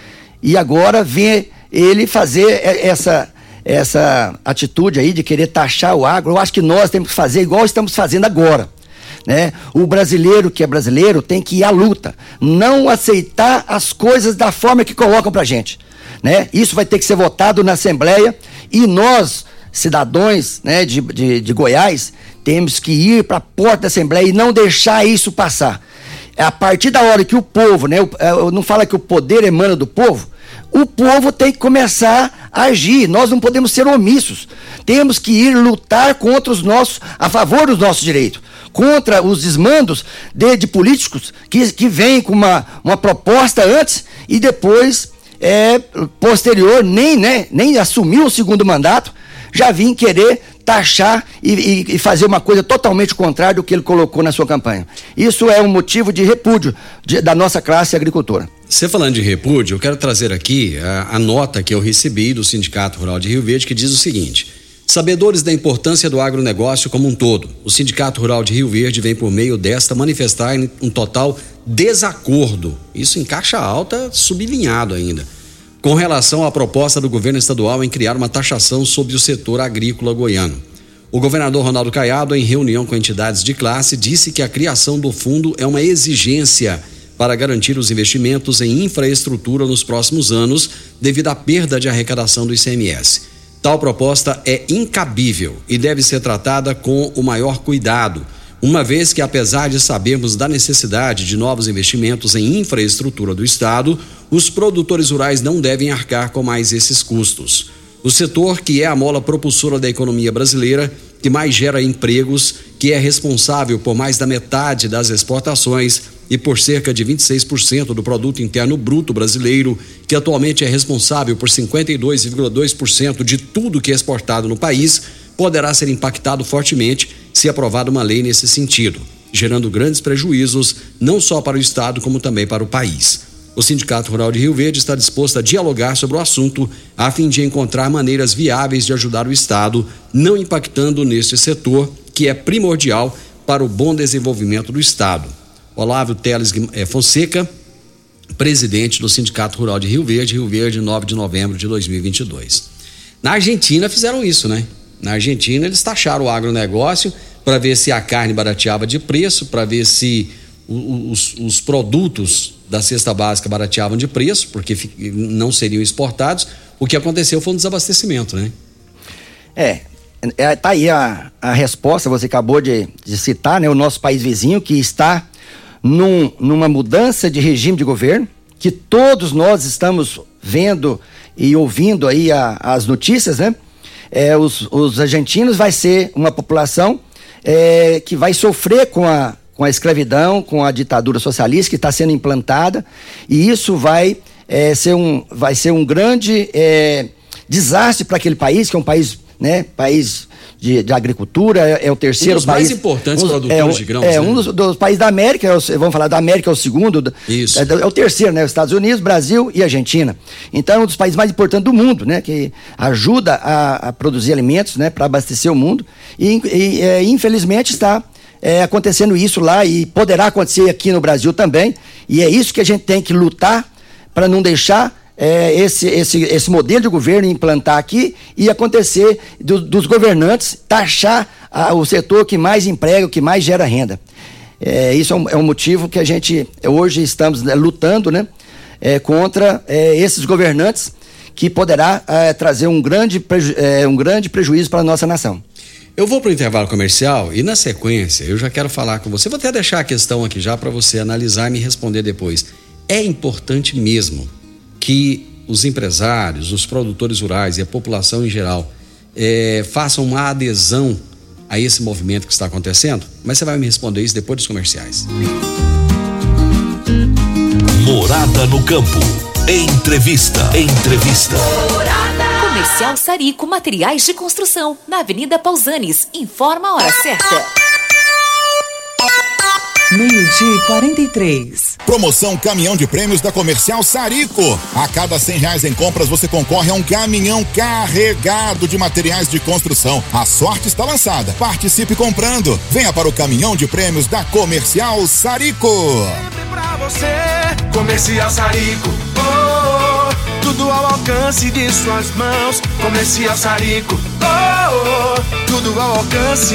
E agora vê ele fazer essa, essa atitude aí de querer taxar o agro. Eu acho que nós temos que fazer igual estamos fazendo agora. Né? O brasileiro que é brasileiro tem que ir à luta, não aceitar as coisas da forma que colocam pra gente, né? Isso vai ter que ser votado na Assembleia e nós, cidadãos, né, de, de, de Goiás, temos que ir para a porta da Assembleia e não deixar isso passar. A partir da hora que o povo, né, eu não falo que o poder emana do povo, o povo tem que começar a agir. Nós não podemos ser omissos. Temos que ir lutar contra os nossos, a favor dos nossos direitos, contra os desmandos de, de políticos que, que vêm com uma, uma proposta antes e depois, é, posterior, nem, né, nem assumiu o segundo mandato, já vim querer taxar e, e, e fazer uma coisa totalmente contrária do que ele colocou na sua campanha. Isso é um motivo de repúdio de, da nossa classe agricultora. Você falando de repúdio, eu quero trazer aqui a, a nota que eu recebi do Sindicato Rural de Rio Verde, que diz o seguinte: sabedores da importância do agronegócio como um todo, o Sindicato Rural de Rio Verde vem por meio desta manifestar um total desacordo, isso em caixa alta sublinhado ainda, com relação à proposta do governo estadual em criar uma taxação sobre o setor agrícola goiano. O governador Ronaldo Caiado, em reunião com entidades de classe, disse que a criação do fundo é uma exigência para garantir os investimentos em infraestrutura nos próximos anos, devido à perda de arrecadação do I C M S. Tal proposta é incabível e deve ser tratada com o maior cuidado, uma vez que, apesar de sabermos da necessidade de novos investimentos em infraestrutura do Estado, os produtores rurais não devem arcar com mais esses custos. O setor, que é a mola propulsora da economia brasileira, que mais gera empregos, que é responsável por mais da metade das exportações e por cerca de vinte e seis por cento do produto interno bruto brasileiro, que atualmente é responsável por cinquenta e dois vírgula dois por cento de tudo que é exportado no país, poderá ser impactado fortemente se aprovada uma lei nesse sentido, gerando grandes prejuízos não só para o Estado como também para o país. O Sindicato Rural de Rio Verde está disposto a dialogar sobre o assunto a fim de encontrar maneiras viáveis de ajudar o Estado, não impactando neste setor que é primordial para o bom desenvolvimento do Estado. Olávio Teles Fonseca, presidente do Sindicato Rural de Rio Verde, Rio Verde, nove de novembro de dois mil e vinte e dois. Na Argentina fizeram isso, né? Na Argentina eles taxaram o agronegócio para ver se a carne barateava de preço, para ver se os, os produtos da cesta básica barateavam de preço, porque não seriam exportados. O que aconteceu foi um desabastecimento, né? É, é tá aí a, a resposta, você acabou de, de citar, né? O nosso país vizinho que está num, numa mudança de regime de governo, que todos nós estamos vendo e ouvindo aí a, as notícias, né? É, os, os argentinos vai ser uma população é, que vai sofrer com a, com a escravidão, com a ditadura socialista que está sendo implantada, e isso vai, é, ser, um, vai ser um grande é, desastre para aquele país, que é um país, né, país de, de agricultura, é, é o terceiro um dos país. mais importantes um, produtores é, um, de grãos. É, né? um dos, dos países da América, é o, vamos falar da América, é o segundo. Isso. É, é o terceiro, né? Os Estados Unidos, Brasil e Argentina. Então é um dos países mais importantes do mundo, né? Que ajuda a, a produzir alimentos, né? Para abastecer o mundo. E, e é, infelizmente está é, acontecendo isso lá e poderá acontecer aqui no Brasil também. E é isso que a gente tem que lutar para não deixar É, esse, esse, esse modelo de governo implantar aqui e acontecer do, dos governantes taxar a, o setor que mais emprega, o que mais gera renda. É, isso é um, é um motivo que a gente hoje estamos, né, lutando, né, é, contra é, esses governantes que poderá é, trazer um grande, preju- é, um grande prejuízo para a nossa nação. Eu vou para o intervalo comercial e na sequência eu já quero falar com você. Vou até deixar a questão aqui já para você analisar e me responder depois. É importante mesmo que os empresários, os produtores rurais e a população em geral é, façam uma adesão a esse movimento que está acontecendo? Mas você vai me responder isso depois dos comerciais. Morada no campo. Entrevista. Entrevista. Comercial Sarico Materiais de Construção, na Avenida Pausanes. Informa a hora certa. Meio-dia e quarenta e três. Promoção Caminhão de Prêmios da Comercial Sarico. A cada cem reais em compras você concorre a um caminhão carregado de materiais de construção. A sorte está lançada. Participe comprando. Venha para o Caminhão de Prêmios da Comercial Sarico. Sempre pra você, Comercial Sarico. Oh, oh, tudo ao alcance de suas mãos. Comercial Sarico. Oh, oh, tudo ao alcance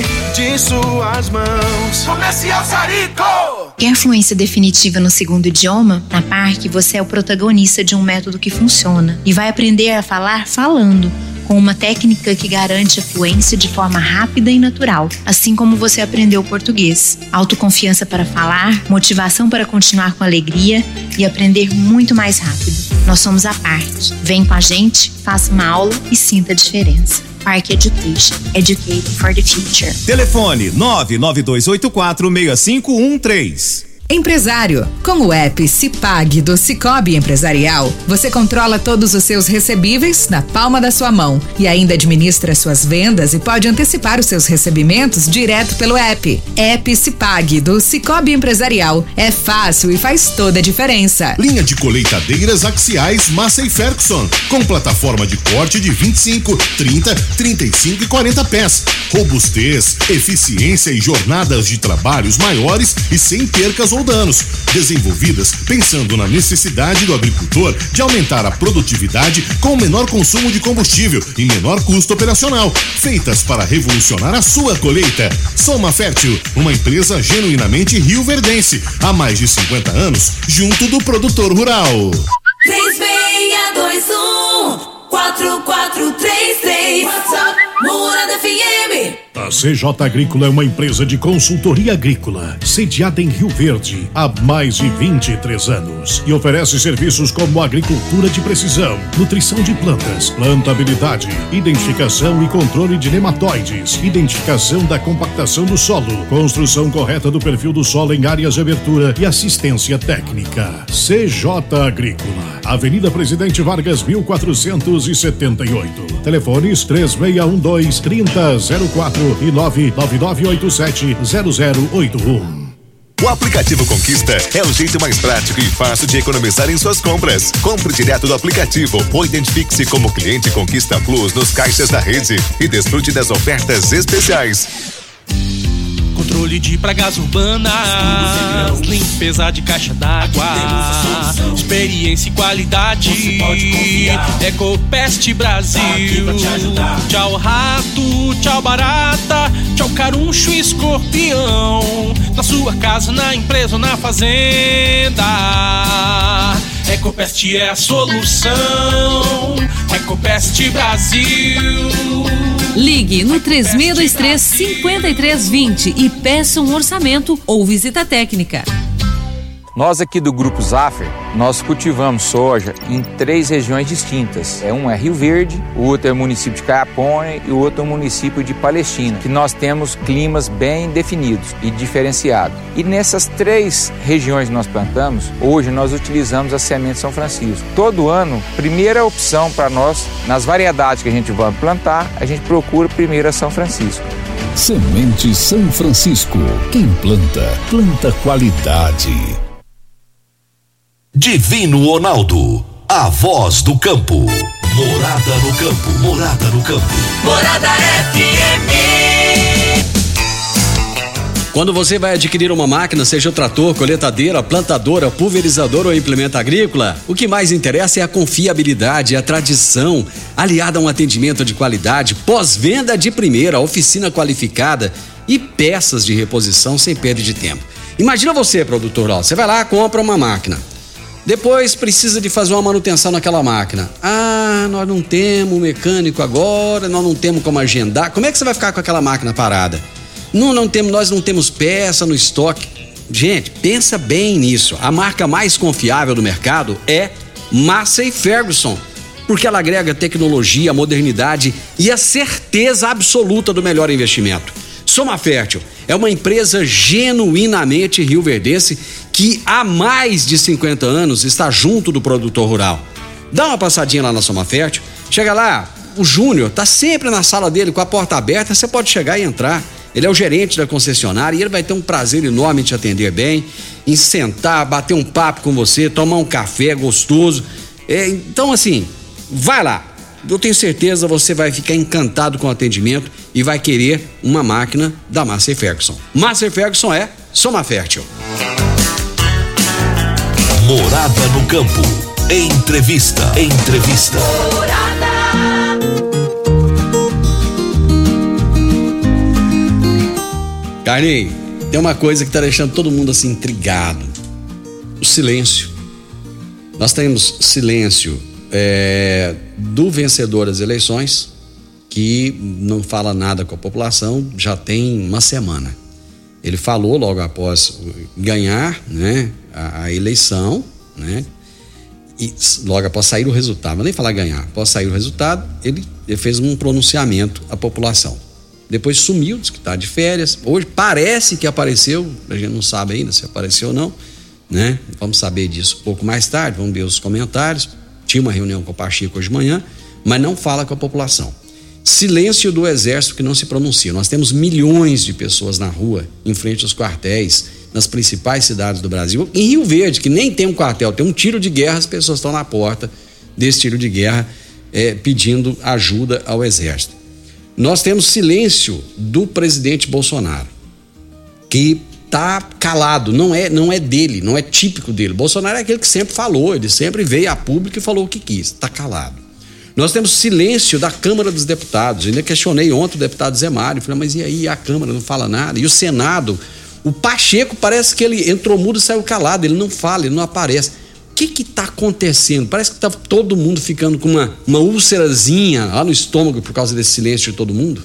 de suas mãos. Comercial Sarico. Quer fluência definitiva no segundo idioma? Na Parque, você é o protagonista de um método que funciona e vai aprender a falar falando, com uma técnica que garante a fluência de forma rápida e natural, assim como você aprendeu português. Autoconfiança para falar, motivação para continuar com alegria e aprender muito mais rápido. Nós somos a Parque. Vem com a gente, faça uma aula e sinta a diferença. Parque Education. Educating for the Future. Telefone nove nove dois oito quatro seis cinco um três. Empresário, com o app Cipag do Cicobi Empresarial, você controla todos os seus recebíveis na palma da sua mão e ainda administra suas vendas e pode antecipar os seus recebimentos direto pelo app. App Cipag do Cicobi Empresarial. É fácil e faz toda a diferença. Linha de colheitadeiras axiais Massey Ferguson, com plataforma de corte de vinte e cinco, trinta, trinta e cinco e quarenta pés. Robustez, eficiência e jornadas de trabalhos maiores e sem percas ou danos, desenvolvidas pensando na necessidade do agricultor de aumentar a produtividade com menor consumo de combustível e menor custo operacional, feitas para revolucionar a sua colheita. Soma Fértil, uma empresa genuinamente rioverdense, há mais de cinquenta anos, junto do produtor rural. três seis dois um quatro quatro três três. WhatsApp Morada F M. A C J Agrícola é uma empresa de consultoria agrícola, sediada em Rio Verde há mais de vinte e três anos e oferece serviços como agricultura de precisão, nutrição de plantas, plantabilidade, identificação e controle de nematóides, identificação da compactação do solo, construção correta do perfil do solo em áreas de abertura e assistência técnica. C J Agrícola, Avenida Presidente Vargas mil quatrocentos e setenta e oito. Telefones três seis um dois, trinta zero quatro e nove nove nove oito sete zero zero oito um. O aplicativo Conquista é o jeito mais prático e fácil de economizar em suas compras. Compre direto do aplicativo ou identifique-se como cliente Conquista Plus nos caixas da rede e desfrute das ofertas especiais. Controle de pragas urbanas, limpeza de caixa d'água, experiência e qualidade, Ecopest Brasil. Tchau rato, tchau barata, tchau caruncho e escorpião, na sua casa, na empresa ou na fazenda. Ecopest é a solução, Ecopest Brasil. Ligue no três seis dois três, cinco três dois zero e peça um orçamento ou visita técnica. Nós aqui do Grupo Zaffer, nós cultivamos soja em três regiões distintas. É um é Rio Verde, o outro é o município de Caiapônia e o outro é o município de Palestina, que nós temos climas bem definidos e diferenciados. E nessas três regiões que nós plantamos, hoje nós utilizamos a semente São Francisco. Todo ano, primeira opção para nós, nas variedades que a gente vai plantar, a gente procura primeiro a São Francisco. Semente São Francisco. Quem planta, planta qualidade. Divino Ronaldo, a voz do campo. Morada no campo, morada no campo. Morada F M. Quando você vai adquirir uma máquina, seja o trator, colheitadeira, plantadora, pulverizador ou implemento agrícola, o que mais interessa é a confiabilidade, a tradição, aliada a um atendimento de qualidade, pós-venda de primeira, oficina qualificada e peças de reposição sem perda de tempo. Imagina você, produtor rural, você vai lá, compra uma máquina. Depois precisa de fazer uma manutenção naquela máquina. Ah, nós não temos mecânico agora, nós não temos como agendar. Como é que você vai ficar com aquela máquina parada? Não, não temos, nós não temos peça no estoque. Gente, pensa bem nisso. A marca mais confiável do mercado é Massey Ferguson, porque ela agrega tecnologia, modernidade e a certeza absoluta do melhor investimento. Soma Fértil é uma empresa genuinamente rioverdense que há mais de cinquenta anos está junto do produtor rural. Dá uma passadinha lá na Soma Fértil, chega lá, o Júnior tá sempre na sala dele com a porta aberta, você pode chegar e entrar. Ele é o gerente da concessionária e ele vai ter um prazer enorme em te atender bem, em sentar, bater um papo com você, tomar um café gostoso. É, então, assim, vai lá. Eu tenho certeza você vai ficar encantado com o atendimento e vai querer uma máquina da Massey Ferguson. Massey Ferguson é Soma Fértil. Morada no campo. Entrevista. Entrevista. Carlinhos, tem uma coisa que tá deixando todo mundo assim intrigado. O silêncio. Nós temos silêncio é, do vencedor das eleições, que não fala nada com a população, já tem uma semana. Ele falou logo após ganhar, né, a, a eleição, né, e logo após sair o resultado, mas nem falar ganhar, após sair o resultado, ele, ele fez um pronunciamento à população. Depois sumiu, disse que está de férias. Hoje parece que apareceu, a gente não sabe ainda se apareceu ou não, né? Vamos saber disso um pouco mais tarde, vamos ver os comentários. Tinha uma reunião com o Pacheco hoje de manhã, mas não fala com a população. Silêncio do Exército que não se pronuncia. Nós temos milhões de pessoas na rua, em frente aos quartéis, nas principais cidades do Brasil. Em Rio Verde, que nem tem um quartel, tem um tiro de guerra, as pessoas estão na porta desse tiro de guerra é, pedindo ajuda ao Exército. Nós temos silêncio do presidente Bolsonaro, que tá calado, não é, não é dele, não é típico dele. Bolsonaro é aquele que sempre falou, ele sempre veio a público e falou o que quis, tá calado. Nós temos silêncio da Câmara dos Deputados. Eu ainda questionei ontem o deputado Zé Mário, falei, mas e aí a Câmara não fala nada? E o Senado, o Pacheco parece que ele entrou mudo e saiu calado, ele não fala, ele não aparece. O que que tá acontecendo? Parece que tá todo mundo ficando com uma, uma úlcerazinha lá no estômago por causa desse silêncio de todo mundo.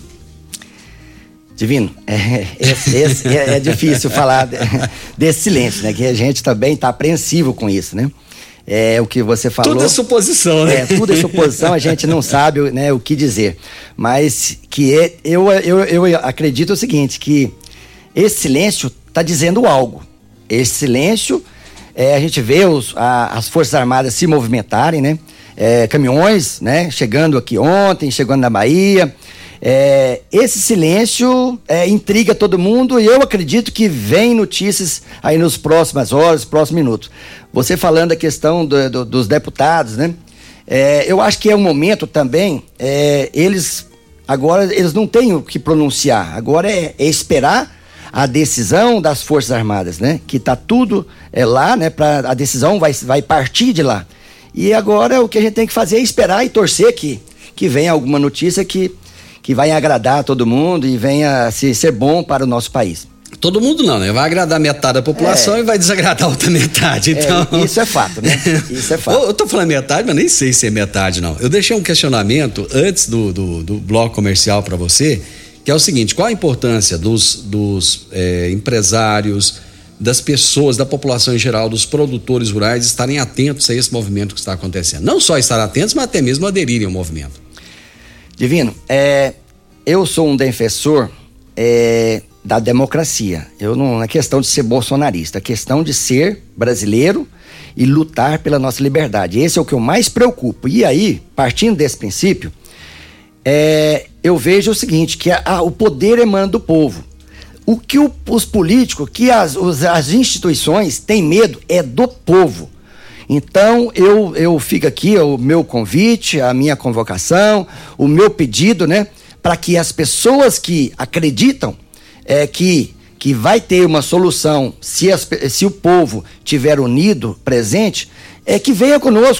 Divino, é, esse, esse é, é difícil falar de, desse silêncio, né? Que a gente também tá apreensivo com isso, né? É o que você falou. Tudo é suposição, né? É, tudo é suposição, a gente não sabe, né, o que dizer. Mas que é, eu, eu, eu acredito o seguinte, que esse silêncio tá dizendo algo. Esse silêncio... É, a gente vê os, a, as Forças Armadas se movimentarem, né? É, caminhões, né? Chegando aqui ontem, chegando na Bahia. É, esse silêncio é, intriga todo mundo e eu acredito que vem notícias aí nos próximas horas, próximos minutos. Você falando da questão do, do, dos deputados, né? É, eu acho que é um momento também, é, eles agora eles não têm o que pronunciar, agora é, é esperar a decisão das Forças Armadas, né? Que tá tudo é, lá, né? Pra, a decisão vai, vai partir de lá. E agora o que a gente tem que fazer é esperar e torcer que, que venha alguma notícia que, que vai agradar todo mundo e venha se, ser bom para o nosso país. Todo mundo não, né? Vai agradar metade da população é. e vai desagradar a outra metade. Então... É, isso é fato, né? Isso é fato. Eu tô falando metade, mas nem sei se é metade, não. Eu deixei um questionamento antes do, do, do bloco comercial para você, que é o seguinte: qual a importância dos, dos é, empresários, das pessoas, da população em geral, dos produtores rurais estarem atentos a esse movimento que está acontecendo? Não só estar atentos, mas até mesmo aderirem ao movimento. Divino, é, eu sou um defensor é, da democracia. Eu não é questão de ser bolsonarista, é questão de ser brasileiro e lutar pela nossa liberdade. Esse é o que eu mais preocupo. E aí, partindo desse princípio, é, eu vejo o seguinte, que a, a, o poder emana do povo. O que o, os políticos, que as, os, as instituições têm medo é do povo. Então eu, eu fico aqui, o meu convite, a minha convocação, o meu pedido, né, para que as pessoas que acreditam é, que, que vai ter uma solução se, as, se o povo tiver unido, presente, é que venha conosco.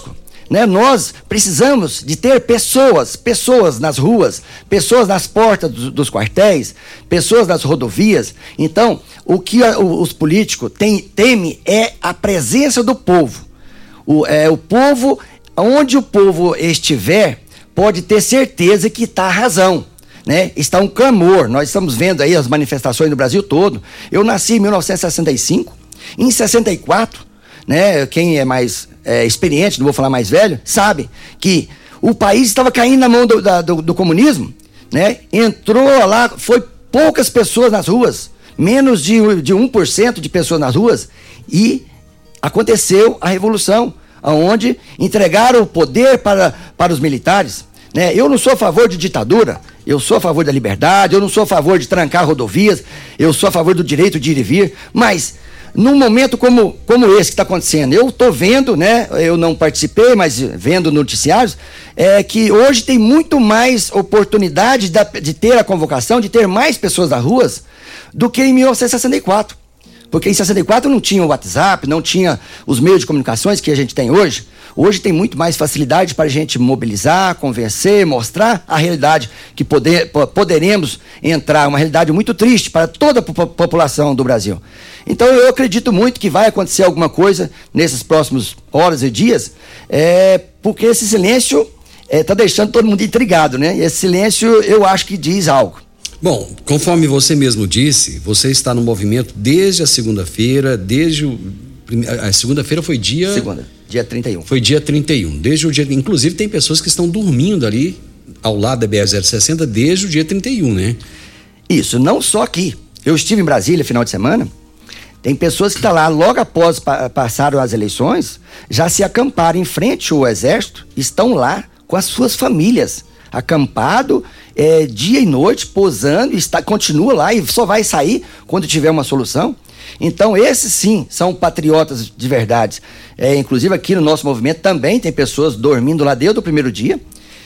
né? Nós precisamos de ter pessoas, pessoas nas ruas, pessoas nas portas dos, dos quartéis, pessoas nas rodovias. Então, o que a, o, os políticos tem, temem é a presença do povo. O, é, o povo, onde o povo estiver, pode ter certeza que está a razão, né? Está um clamor. Nós estamos vendo aí as manifestações no Brasil todo. Eu nasci em mil novecentos e sessenta e cinco, em sessenta e quatro, né? Quem é mais é, experiente, não vou falar mais velho, sabe que o país estava caindo na mão do, da, do, do comunismo, né? Entrou lá, foi poucas pessoas nas ruas, menos de, de um por cento de pessoas nas ruas, e aconteceu a Revolução, onde entregaram o poder para, para os militares, né? Eu não sou a favor de ditadura, eu sou a favor da liberdade, eu não sou a favor de trancar rodovias, eu sou a favor do direito de ir e vir, mas num momento como, como esse que está acontecendo, eu estou vendo, né? Eu não participei, mas vendo noticiários, é, que hoje tem muito mais oportunidade de, de ter a convocação, de ter mais pessoas nas ruas, do que em mil novecentos e sessenta e quatro. Porque em sessenta e quatro não tinha o WhatsApp, não tinha os meios de comunicações que a gente tem hoje. Hoje tem muito mais facilidade para a gente mobilizar, convencer, mostrar a realidade que poder, poderemos entrar, uma realidade muito triste para toda a população do Brasil. Então eu acredito muito que vai acontecer alguma coisa nesses próximos horas e dias, é, porque esse silêncio está é, deixando todo mundo intrigado, né? E esse silêncio eu acho que diz algo. Bom, conforme você mesmo disse, você está no movimento desde a segunda-feira, desde o... A segunda-feira foi dia... Segunda, dia trinta e um. Foi dia trinta e um, desde o dia... Inclusive tem pessoas que estão dormindo ali, ao lado da B R zero sessenta, desde o dia trinta e um, né? Isso, não só aqui. Eu estive em Brasília final de semana, tem pessoas que estão lá, logo após pa- passaram as eleições, já se acamparam em frente ao Exército, estão lá com as suas famílias, acampado é, dia e noite, posando, está, continua lá e só vai sair quando tiver uma solução. Então esses sim são patriotas de verdade. É, inclusive aqui no nosso movimento também tem pessoas dormindo lá desde o primeiro dia.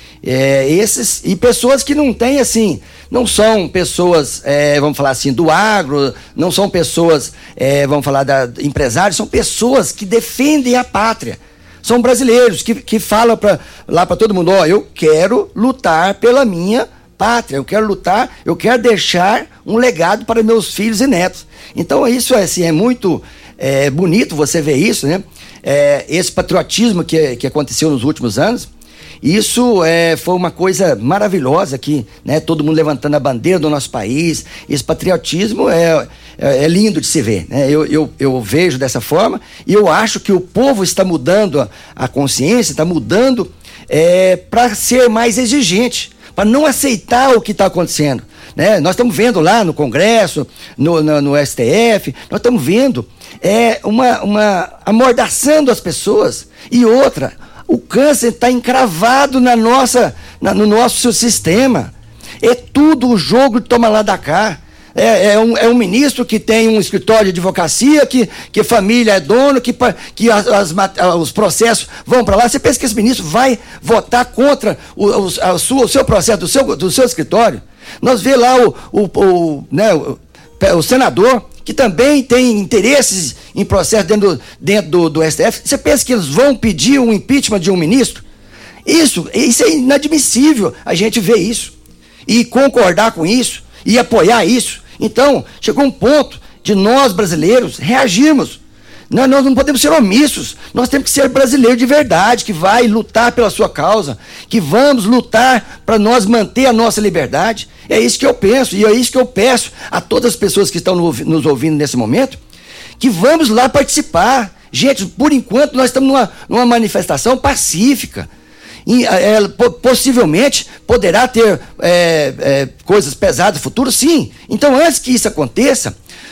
É, esses, e pessoas que não têm assim, não são pessoas, é, vamos falar assim, do agro, não são pessoas, é, vamos falar da empresários, são pessoas que defendem a pátria. São brasileiros que, que falam pra, lá para todo mundo, ó, eu quero lutar pela minha pátria, eu quero lutar, eu quero deixar um legado para meus filhos e netos. Então isso é, assim, é muito é, bonito você ver isso, né? É, esse patriotismo que, que aconteceu nos últimos anos, isso é, foi uma coisa maravilhosa aqui, né? Todo mundo levantando a bandeira do nosso país. Esse patriotismo é, é, é lindo de se ver, né? Eu, eu, eu vejo dessa forma e eu acho que o povo está mudando a, a consciência, está mudando é, para ser mais exigente, para não aceitar o que está acontecendo, né? Nós estamos vendo lá no Congresso, no, no, no S T F, nós estamos vendo é, uma, uma amordaçando as pessoas. E outra, o câncer está encravado na nossa, na, no nosso sistema. É tudo o jogo de toma lá da cá. É, é, um, é um ministro que tem um escritório de advocacia, que, que família é dono, que, que as, as, os processos vão para lá. Você pensa que esse ministro vai votar contra o, o, a sua, o seu processo, do seu, do seu escritório? Nós vê lá o, o, o, né, o, o senador, que também tem interesses em processo dentro, do, dentro do, do S T F. Você pensa que eles vão pedir um impeachment de um ministro? Isso, isso é inadmissível, a gente ver isso. E concordar com isso, e apoiar isso. Então, chegou um ponto de nós brasileiros reagirmos. Nós, nós não podemos ser omissos, nós temos que ser brasileiro de verdade, que vai lutar pela sua causa, que vamos lutar para nós manter a nossa liberdade. É isso que eu penso, e é isso que eu peço a todas as pessoas que estão nos ouvindo nesse momento, que vamos lá participar. Gente, por enquanto nós estamos numa, numa manifestação pacífica. E, é, possivelmente poderá ter é, é, coisas pesadas no futuro, sim. Então, antes que isso aconteça,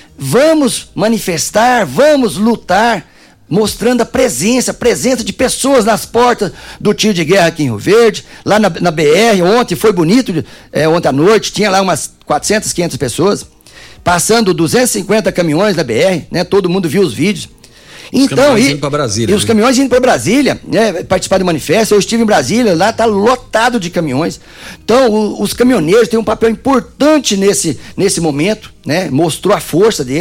vamos manifestar, vamos lutar, mostrando a presença, a presença de pessoas nas portas do tiro de guerra aqui em Rio Verde, lá na, na B R. Ontem foi bonito, é, ontem à noite, tinha lá umas quatrocentas, quinhentas pessoas, passando duzentos e cinquenta caminhões na B R, né? Todo mundo viu os vídeos. Então, os caminhões e, indo para Brasília, e os né? caminhões indo para Brasília, né, participar do manifesto. Eu estive em Brasília, lá está lotado de caminhões. Então, o, os caminhoneiros têm um papel importante nesse, nesse momento, né? Mostrou a força deles.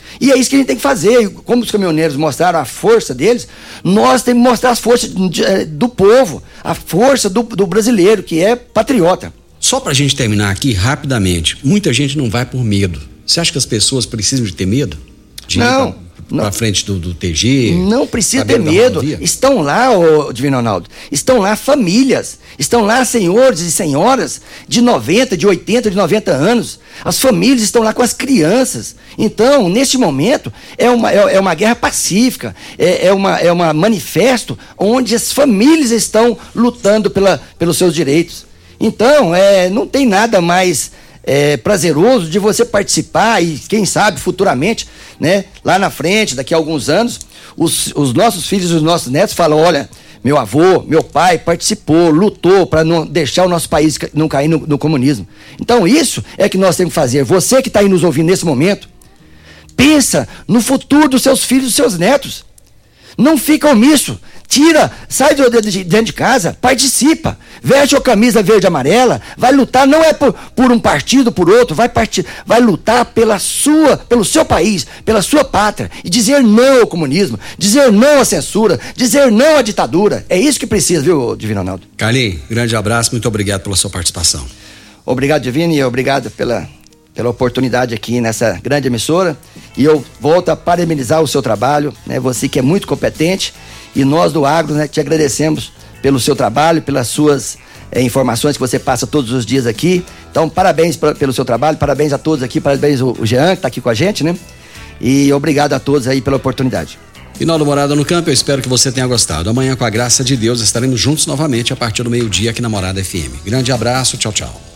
E é isso que a gente tem que fazer. Como os caminhoneiros mostraram a força deles, nós temos que mostrar a força do povo, a força do, do brasileiro, que é patriota. Só pra gente terminar aqui rapidamente, muita gente não vai por medo. Você acha que as pessoas precisam de ter medo? De não. ir pra, não. pra frente do, do T G? Não precisa ter medo. Estão lá, ô Divino Ronaldo, estão lá famílias, estão lá senhores e senhoras de noventa, de oitenta, de noventa anos. As famílias estão lá com as crianças. Então, neste momento, é uma, é, é uma guerra pacífica, é, é, uma, é uma manifesto onde as famílias estão lutando pela, pelos seus direitos. Então, é, não tem nada mais é, prazeroso de você participar e, quem sabe, futuramente, né, lá na frente, daqui a alguns anos, os, os nossos filhos e os nossos netos falam, olha, meu avô, meu pai participou, lutou para não deixar o nosso país não cair no, no comunismo. Então, isso é que nós temos que fazer. Você que está aí nos ouvindo nesse momento, pensa no futuro dos seus filhos e dos seus netos. Não fica omisso. Tira, sai de dentro de casa, participa, veste a camisa verde e amarela, vai lutar, não é por, por um partido, por outro, vai, partir, vai lutar pela sua, pelo seu país, pela sua pátria, e dizer não ao comunismo, dizer não à censura, dizer não à ditadura. É isso que precisa, viu, Divino Ronaldo? Carlinhos, grande abraço, muito obrigado pela sua participação. Obrigado, Divino, e obrigado pela, pela oportunidade aqui nessa grande emissora, e eu volto a parabenizar o seu trabalho, né? Você que é muito competente. E nós do Agro, né, te agradecemos pelo seu trabalho, pelas suas eh, informações que você passa todos os dias aqui. Então, parabéns pra, pelo seu trabalho, parabéns a todos aqui, parabéns o, o Jean, que está aqui com a gente, né? E obrigado a todos aí pela oportunidade. Final do Morada no Campo, eu espero que você tenha gostado. Amanhã, com a graça de Deus, estaremos juntos novamente a partir do meio-dia aqui na Morada F M. Grande abraço, tchau, tchau.